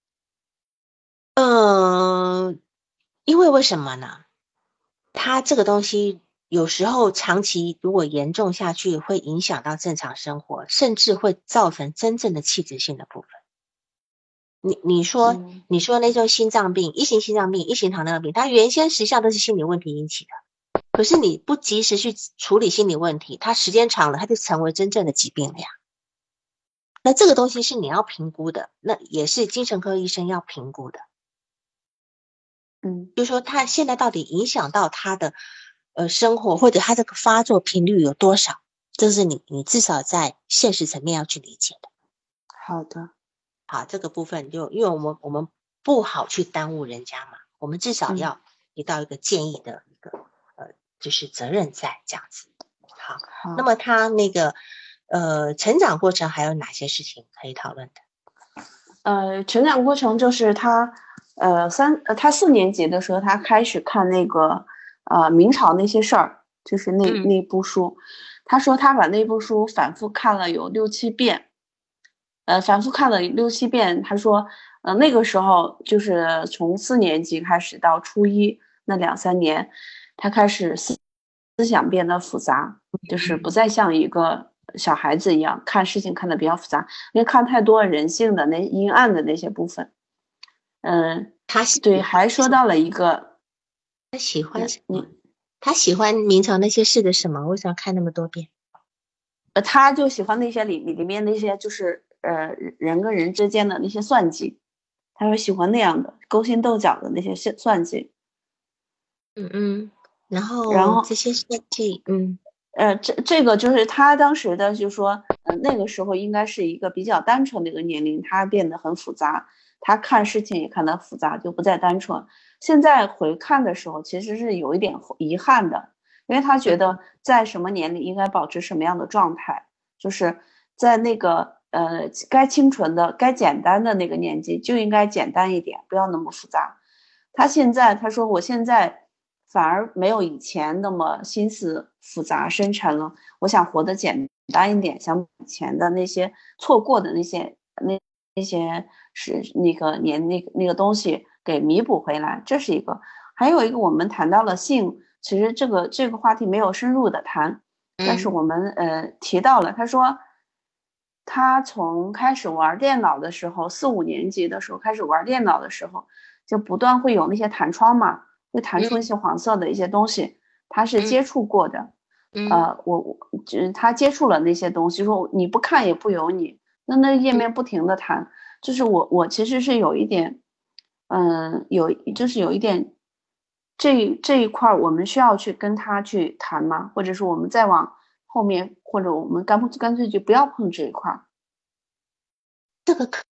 嗯，因为为什么呢？它这个东西有时候长期如果严重下去，会影响到正常生活，甚至会造成真正的器质性的部分。你你说嗯你说那种心脏病、一型心脏病、一型糖尿病，它原先实际上都是心理问题引起的，可是你不及时去处理心理问题，它时间长了，它就成为真正的疾病了呀。那这个东西是你要评估的，那也是精神科医生要评估的。 嗯就是说他现在到底影响到他的呃生活，或者他这个发作频率有多少，这是你你至少在现实层面要去理解的。 好的。 好，这个部分就因为我们我们不好去耽误人家嘛，我们至少嗯要给到一个建议的一个呃就是责任在这样子。好， 好。 那么他那个呃成长过程还有哪些事情可以讨论的？ 呃，成长过程就是他，呃，三，呃，他四年级的时候，他开始看那个，呃，明朝那些事儿，就是那嗯那部书。他说他把那部书反复看了有六七遍，呃，反复看了六七遍。他说，呃，那个时候就是从四年级开始到初一那两三年，他开始思思想变得复杂，就是不再像一个小孩子一样看事情看得比较复杂，因为看太多人性的那阴暗的那些部分。嗯， 他喜对，还说到了一个， 他喜欢什么？ 你他喜欢明朝那些事的什么？为什么要看那么多遍？ 呃，他就喜欢那些里里面那些就是呃人跟人之间的那些算计，他说喜欢那样的勾心斗角的那些算算计。 嗯嗯，然然后后这些设计，嗯呃，这这个就是他当时的，就说，呃，那个时候应该是一个比较单纯的一个年龄，他变得很复杂，他看事情也看得复杂，就不再单纯。现在回看的时候，其实是有一点遗憾的，因为他觉得在什么年龄应该保持什么样的状态，就是在那个呃该清纯的、该简单的那个年纪就应该简单一点，不要那么复杂。他现在他说我现在反而没有以前那么心思复杂深沉了，我想活得简单一点，想以前的那些错过的那些那那些是那个年那个那个东西给弥补回来，这是一个。还有一个我们谈到了性，其实这个这个话题没有深入的谈，但是嗯我们呃提到了，他说他从开始玩电脑的时候，四五年级的时候开始玩电脑的时候，就不断会有那些弹窗嘛，会弹出一嗯些黄色的一些东西，他是嗯接触过的。 嗯呃，我我就是他接触了那些东西，说你不看也不由你，那那页面不停的弹，就是我我其实是有一点，嗯，有就是有一点，这这一块我们需要去跟他去谈吗？或者是我们再往后面，或者我们干不干脆就不要碰这一块？ 这个可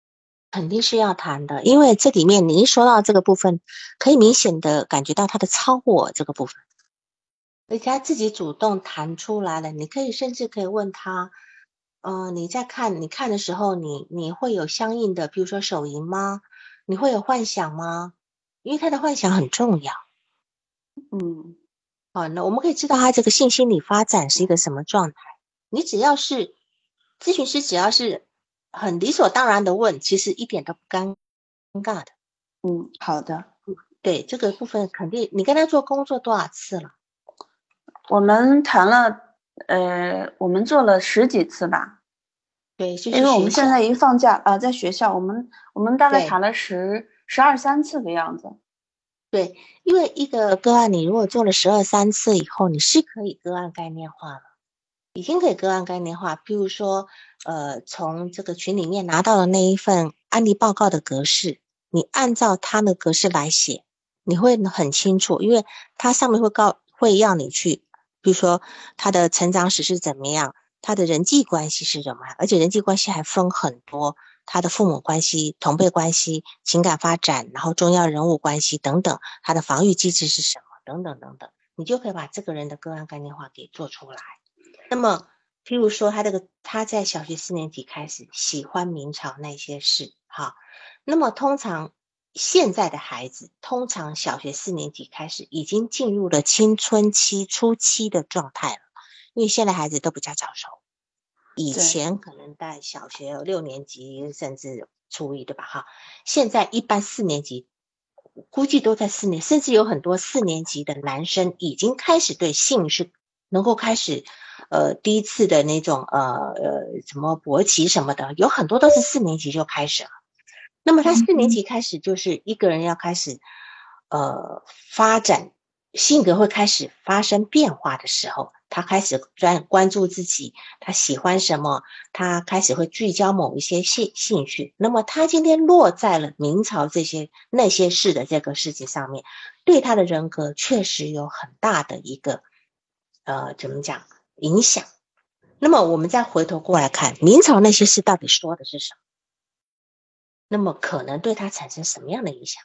肯定是要谈的，因为这里面你一说到这个部分，可以明显的感觉到他的超我这个部分，而且他自己主动谈出来了。你可以甚至可以问他，呃，你在看你看的时候，你你会有相应的，比如说手淫吗？你会有幻想吗？因为他的幻想很重要。 嗯， 哦，那我们可以知道他这个性心理发展是一个什么状态。你只要是咨询师，只要是很理所当然的问，其实一点都不尴尬的。 嗯，好的。 对，这个部分肯定，你跟他做工作多少次了？ 我们谈了，呃，我们做了十几次吧。 对，就因为我们是学校。 现在一放假啊、呃，在学校，我们我们大概对谈了十十二三次的样子。 对，因为一个个案，你如果做了十二三次以后，你是可以个案概念化了，已经可以个案概念化。譬如说，呃，从这个群里面拿到的那一份案例报告的格式，你按照它的格式来写，你会很清楚，因为它上面会告会要你去，比如说他的成长史是怎么样，他的人际关系是什么，而且人际关系还分很多。他的父母关系、同辈关系、情感发展，然后重要人物关系等等，他的防御机制是什么，等等等等，你就可以把这个人的个案概念化给做出来。那么，譬如说他这个他在小学四年级开始喜欢明朝那些事，哈，那么通常现在的孩子，通常小学四年级开始已经进入了青春期初期的状态了，因为现在孩子都比较早熟。以前可能在小学六年级甚至初一，对吧？哈，现在一般四年级估计都在四年，甚至有很多四年级的男生已经开始对性是能够开始呃第一次的那种呃呃什么勃起什么的，有很多都是四年级就开始了。那么他四年级开始就是一个人要开始呃发展性格会开始发生变化的时候，他开始专关注自己，他喜欢什么，他开始会聚焦某一些兴兴趣。那么他今天落在了明朝这些那些事的这个事情上面，对他的人格确实有很大的一个呃怎么讲影响。那么我们再回头过来看明朝那些事到底说的是什么？那么可能对他产生什么样的影响，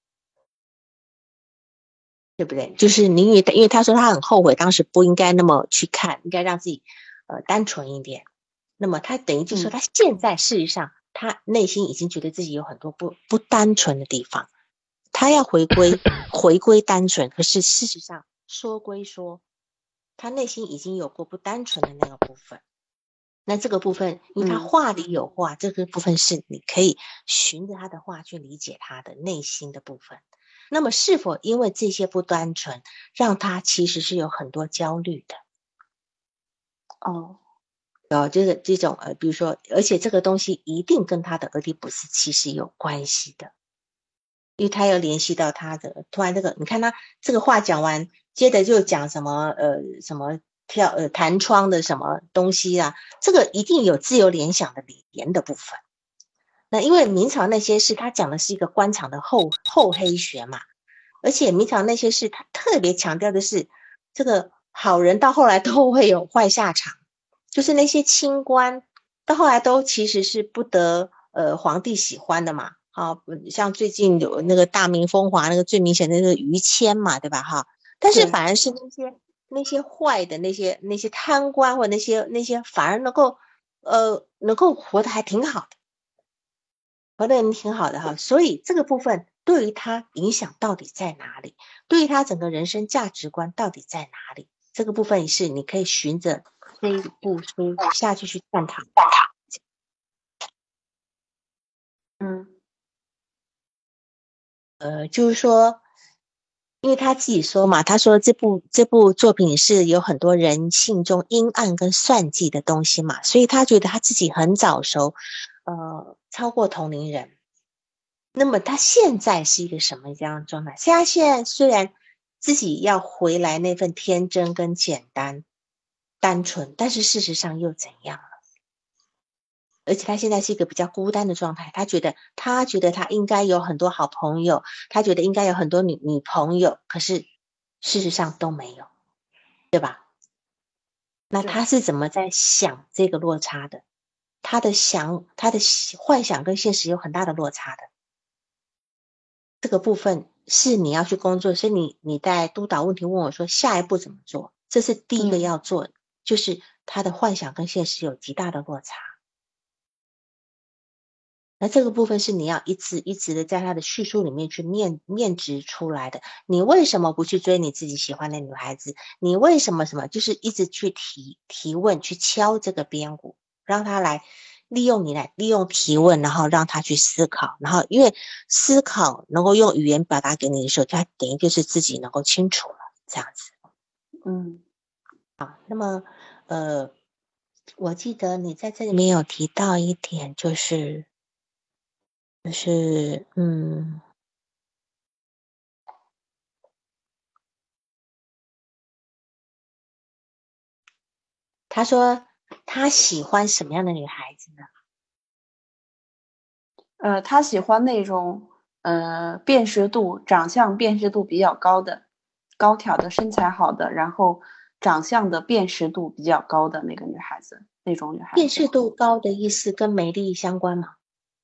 对不对？就是你因为因为他说他很后悔当时不应该那么去看，应该让自己呃单纯一点。那么他等于就说他现在事实上他内心已经觉得自己有很多不不单纯的地方，他要回归回归单纯，可是事实上说归说，他内心已经有过不单纯的那个部分。那这个部分，因为他话里有话，这个部分是你可以循着他的话去理解他的内心的部分。那么是否因为这些不单纯，让他其实是有很多焦虑的？ 哦， 哦，就是这种呃，比如说，而且这个东西一定跟他的俄狄浦斯期是有关系的，因为他要联系到他的。突然这个，你看他这个话讲完，接着就讲什么呃什么跳呃弹窗的什么东西啊，这个一定有自由联想的理言的部分。那因为明朝那些事，他讲的是一个官场的厚厚黑学嘛，而且明朝那些事，他特别强调的是这个好人到后来都会有坏下场，就是那些清官到后来都其实是不得呃皇帝喜欢的嘛。好，像最近有那个大明风华那个最明显的那个于谦嘛，对吧？哈，但是反而是那些那些坏的那些那些贪官或那些那些反而能够呃能够活得还挺好的。活得挺好的哈，所以这个部分对于他影响到底在哪里？对于他整个人生价值观到底在哪里？这个部分是你可以循着这一部书下去去探讨。 嗯呃，就是说，因为他自己说嘛，他说这部这部作品是有很多人性中阴暗跟算计的东西嘛，所以他觉得他自己很早熟，呃，超过同龄人。那么他现在是一个什么样的状态？现在现在虽然自己要回来那份天真跟简单、单纯，但是事实上又怎样了？而且他现在是一个比较孤单的状态，他觉得他觉得他应该有很多好朋友，他觉得应该有很多女女朋友，可是事实上都没有，对吧？那他是怎么在想这个落差的？ 他的想他的幻想跟现实有很大的落差的。这个部分是你要去工作，所以你你在督导问题问我说下一步怎么做，这是第一个要做的，嗯、就是他的幻想跟现实有极大的落差。那这个部分是你要一直一直的在他的叙述里面去面面直出来的。你为什么不去追你自己喜欢的女孩子？你为什么什么？就是一直去提提问，去敲这个边鼓，让他来利用你来利用提问，然后让他去思考。然后因为思考能够用语言表达给你的时候，他等于就是自己能够清楚了，这样子。 嗯， 好，那么呃，我记得你在这里面有提到一点，就是。就是嗯，他说他喜欢什么样的女孩子呢？ 呃，他喜欢那种呃辨识度、长相辨识度比较高的、高挑的、身材好的，然后长相的辨识度比较高的那个女孩子，那种女孩子。 辨识度高的意思跟美丽相关吗？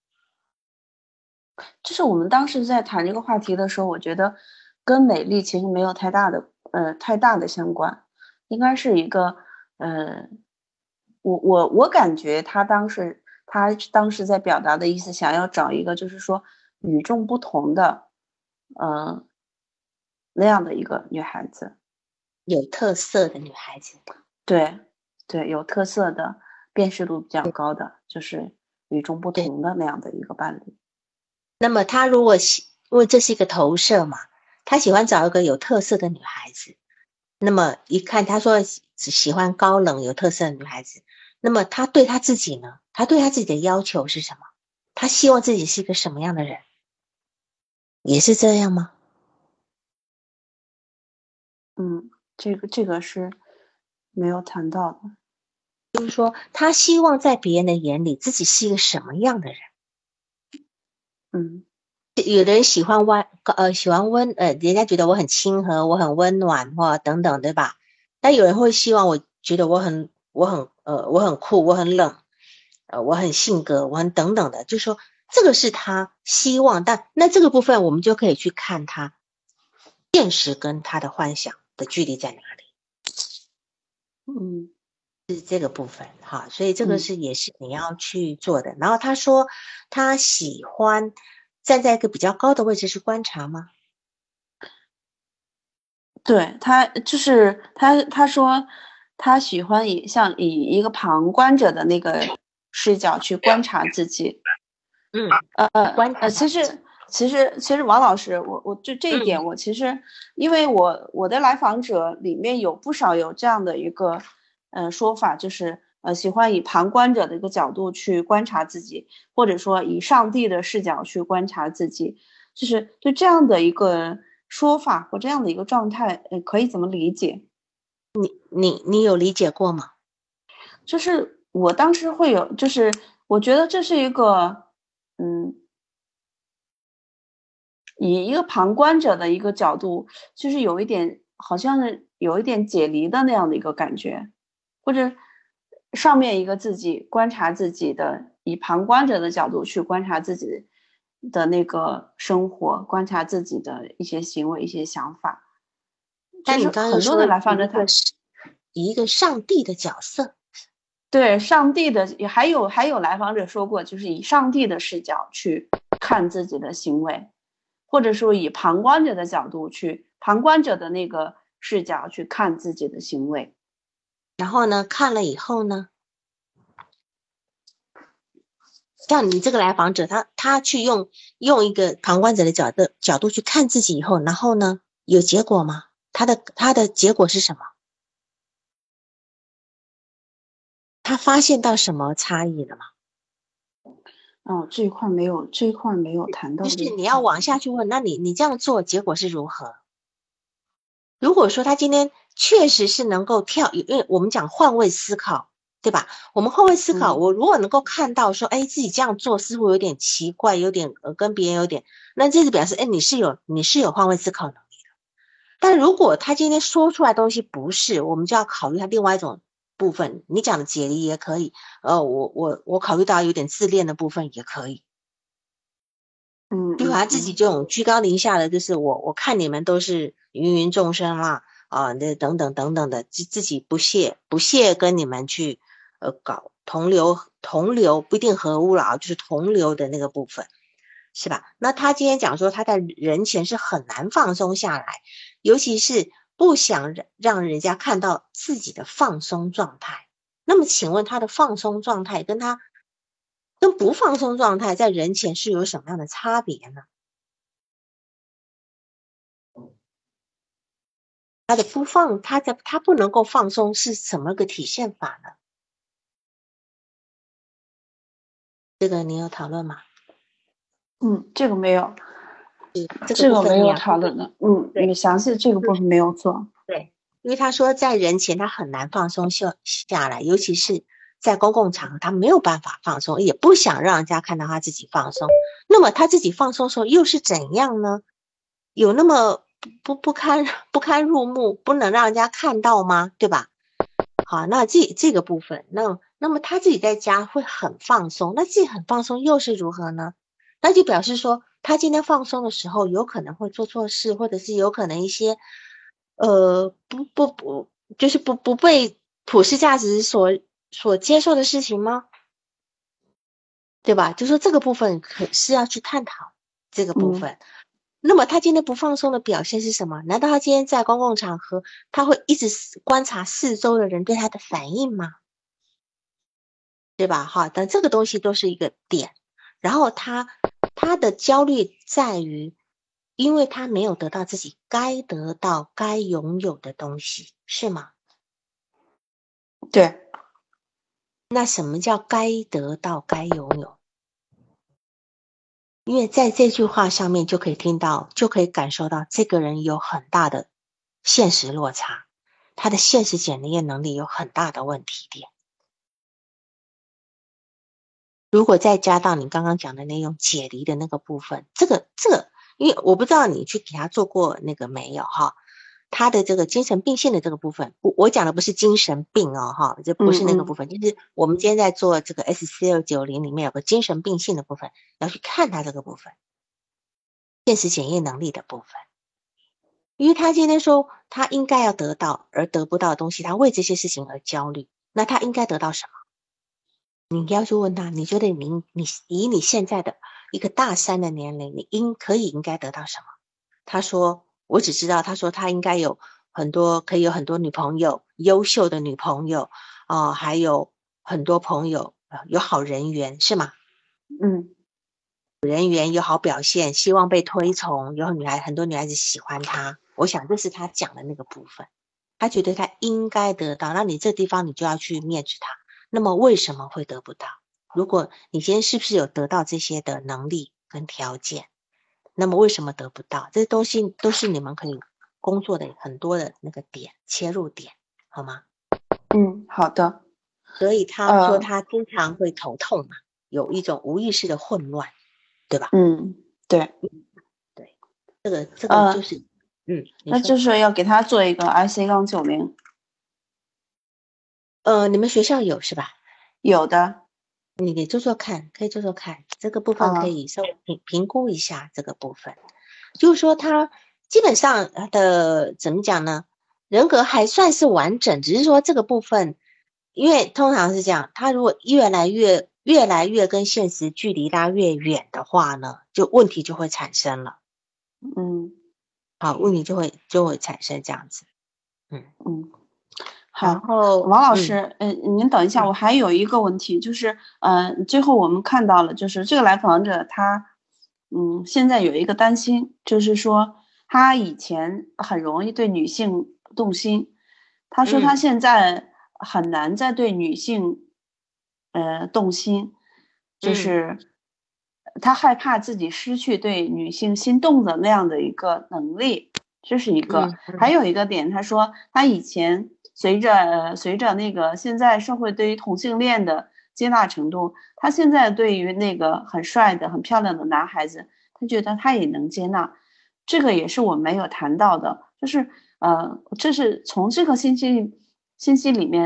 就是我们当时在谈这个话题的时候，我觉得跟美丽其实没有太大的呃太大的相关，应该是一个呃，我我我感觉他当时他当时在表达的意思，想要找一个就是说与众不同的，呃那样的一个女孩子， 有特色的女孩子。 对对，有特色的，辨识度比较高的，就是与众不同的那样的一个伴侣。 那么他如果喜，因为这是一个投射嘛，他喜欢找一个有特色的女孩子。那么一看他说只喜欢高冷有特色的女孩子，那么他对他自己呢？他对他自己的要求是什么？他希望自己是一个什么样的人？也是这样吗？ 嗯，这个这个是没有谈到的。 就是说他希望在别人的眼里自己是一个什么样的人？ 嗯， 有的人喜欢温呃喜欢温呃，人家觉得我很亲和，我很温暖或等等，对吧？但有人会希望我觉得我很我很呃我很酷，我很冷，呃我很性格，我很等等的，就是说这个是他希望，但那这个部分我们就可以去看他现实跟他的幻想的距离在哪里。 嗯， 是这个部分哈，所以这个嗯是也是你要去做的。然后他说他喜欢站在一个比较高的位置去观察吗？ 对，他就是他他说他喜欢以像以一个旁观者的那个视角去观察自己。 嗯， 呃观察呃，其实其实其实王老师，我我就这一点， 嗯我其实因为我我的来访者里面有不少有这样的一个呃说法，就是呃喜欢以旁观者的一个角度去观察自己，或者说以上帝的视角去观察自己，就是对这样的一个说法或这样的一个状态，呃，可以怎么理解？ 你你有理解过吗？ 就是我当时会有，就是我觉得这是一个嗯。以一个旁观者的一个角度，就是有一点好像是有一点解离的那样的一个感觉，或者上面一个自己观察自己的，以旁观者的角度去观察自己的那个生活，观察自己的一些行为、一些想法。 但你其实很多的刚刚说以来访者他一个以一个上帝的角色， 对上帝的，也还有还有来访者说过，就是以上帝的视角去看自己的行为。或者说以旁观者的角度去，旁观者的那个视角去看自己的行为。 然后呢，看了以后呢，像你这个来访者，他他去用用一个旁观者的角度角度去看自己以后，然后呢，有结果吗？他的他的结果是什么？他发现到什么差异了吗？ 哦，这一块没有，这一块没有谈到就是这个。 你要往下去问，那你你这样做结果是如何？如果说他今天确实是能够跳，因为我们讲换位思考，对吧？我们换位思考， 嗯我如果能够看到说，哎，自己这样做似乎有点奇怪，有点呃跟别人有点，那这是表示，哎，你是有你是有换位思考能力的。但如果他今天说出来的东西不是，我们就要考虑他另外一种部分，你讲的解离也可以，呃，我我我考虑到有点自恋的部分也可以。 嗯， 就好像自己这种居高临下的，就是我我看你们都是芸芸众生啦，啊，那等等等等的，自自己不屑不屑跟你们去呃搞同流同流，不一定合污了啊，就是同流的那个部分，是吧？那他今天讲说他在人前是很难放松下来，尤其是不想让人家看到自己的放松状态。那么请问他的放松状态跟他跟不放松状态在人前是有什么样的差别呢？他的不放，他的他不能够放松是什么个体现法呢？这个你有讨论吗？ 嗯，这个没有， 这个部分没有讨论的。嗯，你详细这个部分没有做。 对，因为他说在人前他很难放松下下来，尤其是在公共场合，他没有办法放松，也不想让人家看到他自己放松。那么他自己放松的时候又是怎样呢？有那么不不不堪不堪入目，不能让人家看到吗？对吧？好，那这这个部分，那那么他自己在家会很放松，那自己很放松又是如何呢？那就表示说，他今天放松的时候，有可能会做错事，或者是有可能一些呃不不不，就是不不被普世价值所所接受的事情吗？对吧？就说这个部分可是要去探讨这个部分。嗯，那么他今天不放松的表现是什么？难道他今天在公共场合，他会一直观察四周的人对他的反应吗？对吧？哈，但这个东西都是一个点。然后他他的焦虑在于，因为他没有得到自己该得到、该拥有的东西，是吗？ 对。 那什么叫该得到、该拥有？因为在这句话上面就可以听到，就可以感受到这个人有很大的现实落差，他的现实检验能力有很大的问题点。如果再加到你刚刚讲的那种解离的那个部分，这个这个，因为我不知道你去给他做过那个没有哈，他的这个精神病线的这个部分，我我讲的不是精神病哦哈，这不是那个部分，嗯嗯，就是我们今天在做这个 S C 二九零里面有个精神病性的部分，要去看他这个部分，现实检验能力的部分。因为他今天说他应该要得到而得不到的东西，他为这些事情而焦虑，那他应该得到什么？你要去问他，你觉得你你以你现在的一个大三的年龄，你应可以应该得到什么？他说，我只知道，他说他应该有很多，可以有很多女朋友，优秀的女朋友啊、呃，还有很多朋友，呃、有好人缘，是吗？ 嗯， 人缘有好表现，希望被推崇，有女孩很多女孩子喜欢他。我想这是他讲的那个部分，他觉得他应该得到，那你这地方你就要去面对他。那么为什么会得不到？如果你今天是不是有得到这些的能力跟条件，那么为什么得不到？这些东西都是你们可以工作的很多的那个点切入点，好吗？ 嗯，好的。 所以他说他经常会头痛嘛，呃、有一种无意识的混乱，对吧？ 嗯，对， 对，这个这个就是，呃、嗯， 那就是要给他做一个 I C 杠九零。 呃，你们学校有是吧？ 有的， 你给做做看，可以做做看，这个部分可以稍微评评估一下这个部分。就是说他基本上的怎么讲呢？人格还算是完整，只是说这个部分，因为通常是这样，他如果越来越越来越跟现实距离拉越远的话呢，就问题就会产生了。 嗯， 好，问题就会就会产生这样子。嗯嗯。 好，然后王老师，嗯、呃，您等一下，我还有一个问题，就是，呃，最后我们看到了，就是这个来访者他，嗯，现在有一个担心，就是说他以前很容易对女性动心，他说他现在很难再对女性，呃，动心，就是他害怕自己失去对女性心动的那样的一个能力，这是一个。还有一个点，他说他以前。随着、呃、随着那个现在社会对于同性恋的接纳程度，他现在对于那个很帅的很漂亮的男孩子，他觉得他也能接纳，这个也是我没有谈到的，就是呃，这是从这个信息信息里面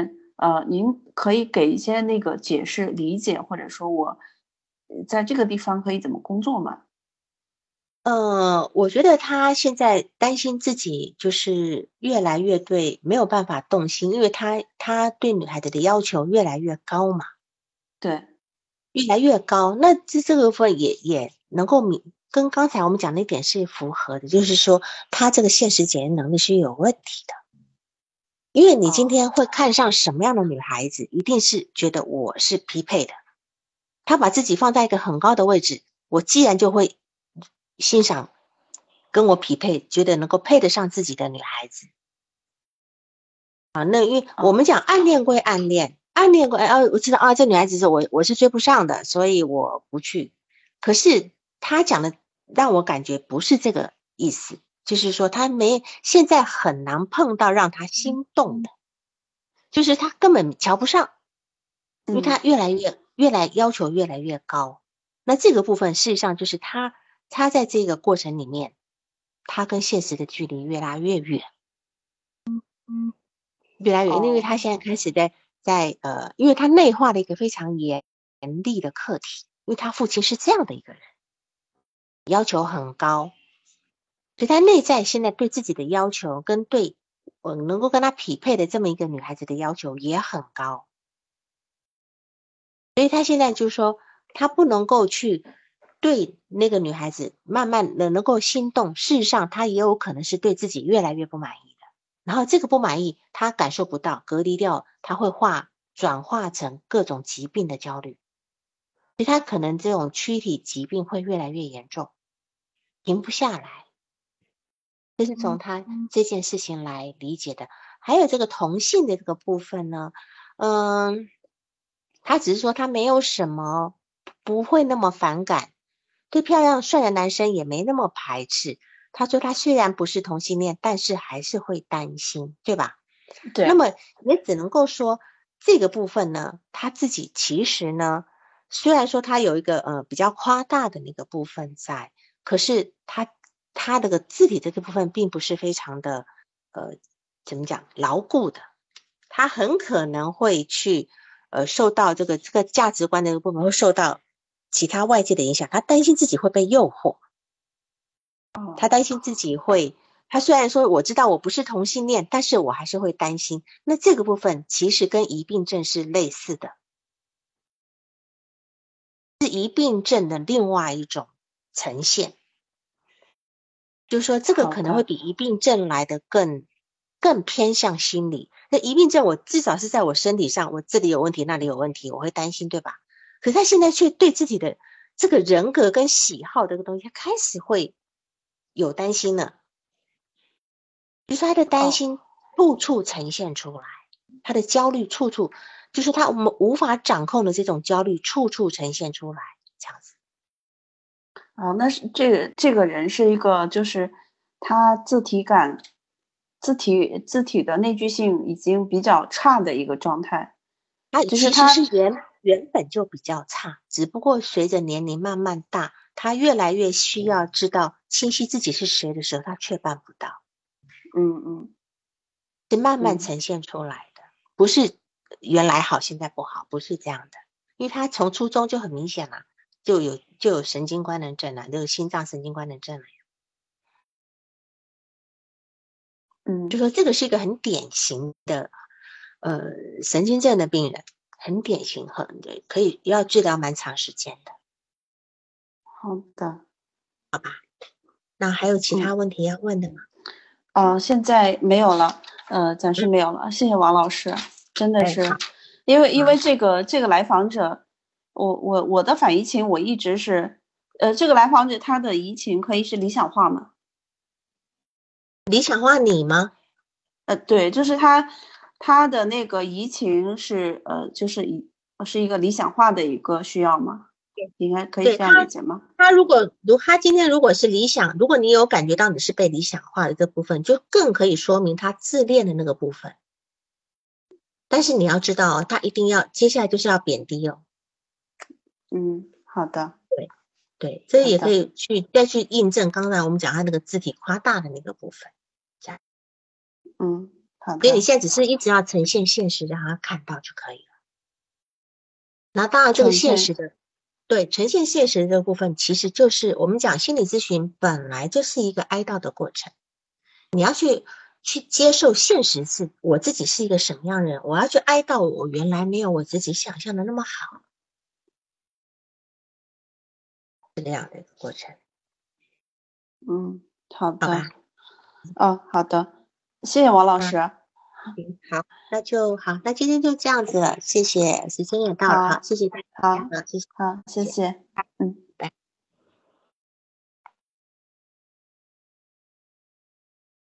呃，您可以给一些那个解释理解，或者说我在这个地方可以怎么工作吗？ 呃，我觉得他现在担心自己就是越来越对没有办法动心，因为他他对女孩子的要求越来越高嘛， 对， 越来越高。那这这个部分也也能够明跟刚才我们讲的一点是符合的，就是说他这个现实检验能力是有问题的。因为你今哦， 天会看上什么样的女孩子，一定是觉得我是匹配的。他把自己放在一个很高的位置，我既然就会欣赏跟我匹配，觉得能够配得上自己的女孩子。啊，那因为我哦， 们讲暗恋归暗恋，暗恋归啊，我知道啊，这女孩子是我我是追不上的，所以我不去。可是他讲的让我感觉不是这个意思，就是说他没现在很难碰到让他心动的，就是他根本瞧不上，因为他嗯， 越来越越来要求越来越高。那这个部分事实上就是他他在这个过程里面，他跟现实的距离越拉越远。越来越，因为哦， 他现在开始在在呃，因为他内化了一个非常严严厉的课题，因为他父亲是这样的一个人，要求很高，所以他内在现在对自己的要求跟对我能够跟他匹配的这么一个女孩子的要求也很高，所以他现在就是说，他不能够去对那个女孩子慢慢的能够心动，事实上他也有可能是对自己越来越不满意。然后这个不满意，他感受不到，隔离掉，他会化转化成各种疾病的焦虑，所以他可能这种躯体疾病会越来越严重，停不下来。这是从他这件事情来理解的。还有这个同性的这个部分呢，嗯，他只是说他没有什么，不会那么反感，对漂亮帅的男生也没那么排斥。他说他虽然不是同性恋，但是还是会担心，对吧？那对， 么也只能够说这个部分呢，他自己其实呢，虽然说他有一个呃比较夸大的那个部分在，可是他他这个字体这个部分并不是非常的呃怎么讲牢固的，他很可能会去呃受到这个这个价值观的一个部分会受到其他外界的影响，他担心自己会被诱惑，他哦， 担心自己会。他虽然说我知道我不是同性恋，但是我还是会担心。那这个部分其实跟疑病症是类似的，是疑病症的另外一种呈现。就是说，这个可能会好的， 比疑病症来的更更偏向心理。那疑病症，我至少是在我身体上，我这里有问题，那里有问题，我会担心，对吧？可是他现在却对自己的这个人格跟喜好这个东西，他开始会有担心了。就是他的担哦。 心处处呈现出来，他的焦虑处处，就是他我们无法掌控的这种焦虑处处呈现出来，这样子。 哦，那是这个这个人是一个，就是他字体感、字体字体的内聚性已经比较差的一个状态， 他其实就是他， 是原原本就比较差，只不过随着年龄慢慢大，他越来越需要知道清晰自己是谁的时候，他却办不到， 嗯嗯是慢慢嗯， 呈现出来的，不是原来好现在不好，不是这样的，因为他从初中就很明显了，就有就有神经官能症了，就有心脏神经官能症了。就嗯， 说这个是一个很典型的呃神经症的病人，很典型，很可以要治疗蛮长时间的。 好的， 那还有其他嗯， 问题要问的吗？ 呃，现在没有了，呃，暂时嗯， 没有了，谢谢王老师，真的哎， 是， 好， 因为因为好， 这个这个来访者，我我我的反移情我一直是，呃，这个来访者他的移情可以是理想化吗？ 理想化你吗？ 呃，对，就是他他的那个移情是呃，就是一是一个理想化的一个需要吗？应该可以对他， 这样理解吗？ 他如果如他今天如果是理想，如果你有感觉到你是被理想化的这部分，就更可以说明他自恋的那个部分。但是你要知道哦，他一定要接下来就是要贬低哦。 嗯，好的， 对对，这也可好的， 以去再去印证刚才我们讲他那个字体夸大的那个部分。这样嗯， 好所以你的， 现在只是一直要呈现现实，让他看到就可以了。然后当然这个呈现现实的，对，呈现现实的这个部分，其实就是我们讲心理咨询本来就是一个哀悼的过程。你要去去接受现实是我自己是一个什么样的人，我要去哀悼我原来没有我自己想象的那么好，这样的一个过程， 嗯，好好吧？ 的，哦，好的，谢谢王老嗯， 师。 行，好，那就好，那今天就这样子了，谢谢，时间也到了，好， 好， 谢谢大家， 好， 好，谢谢。 好，谢谢，嗯。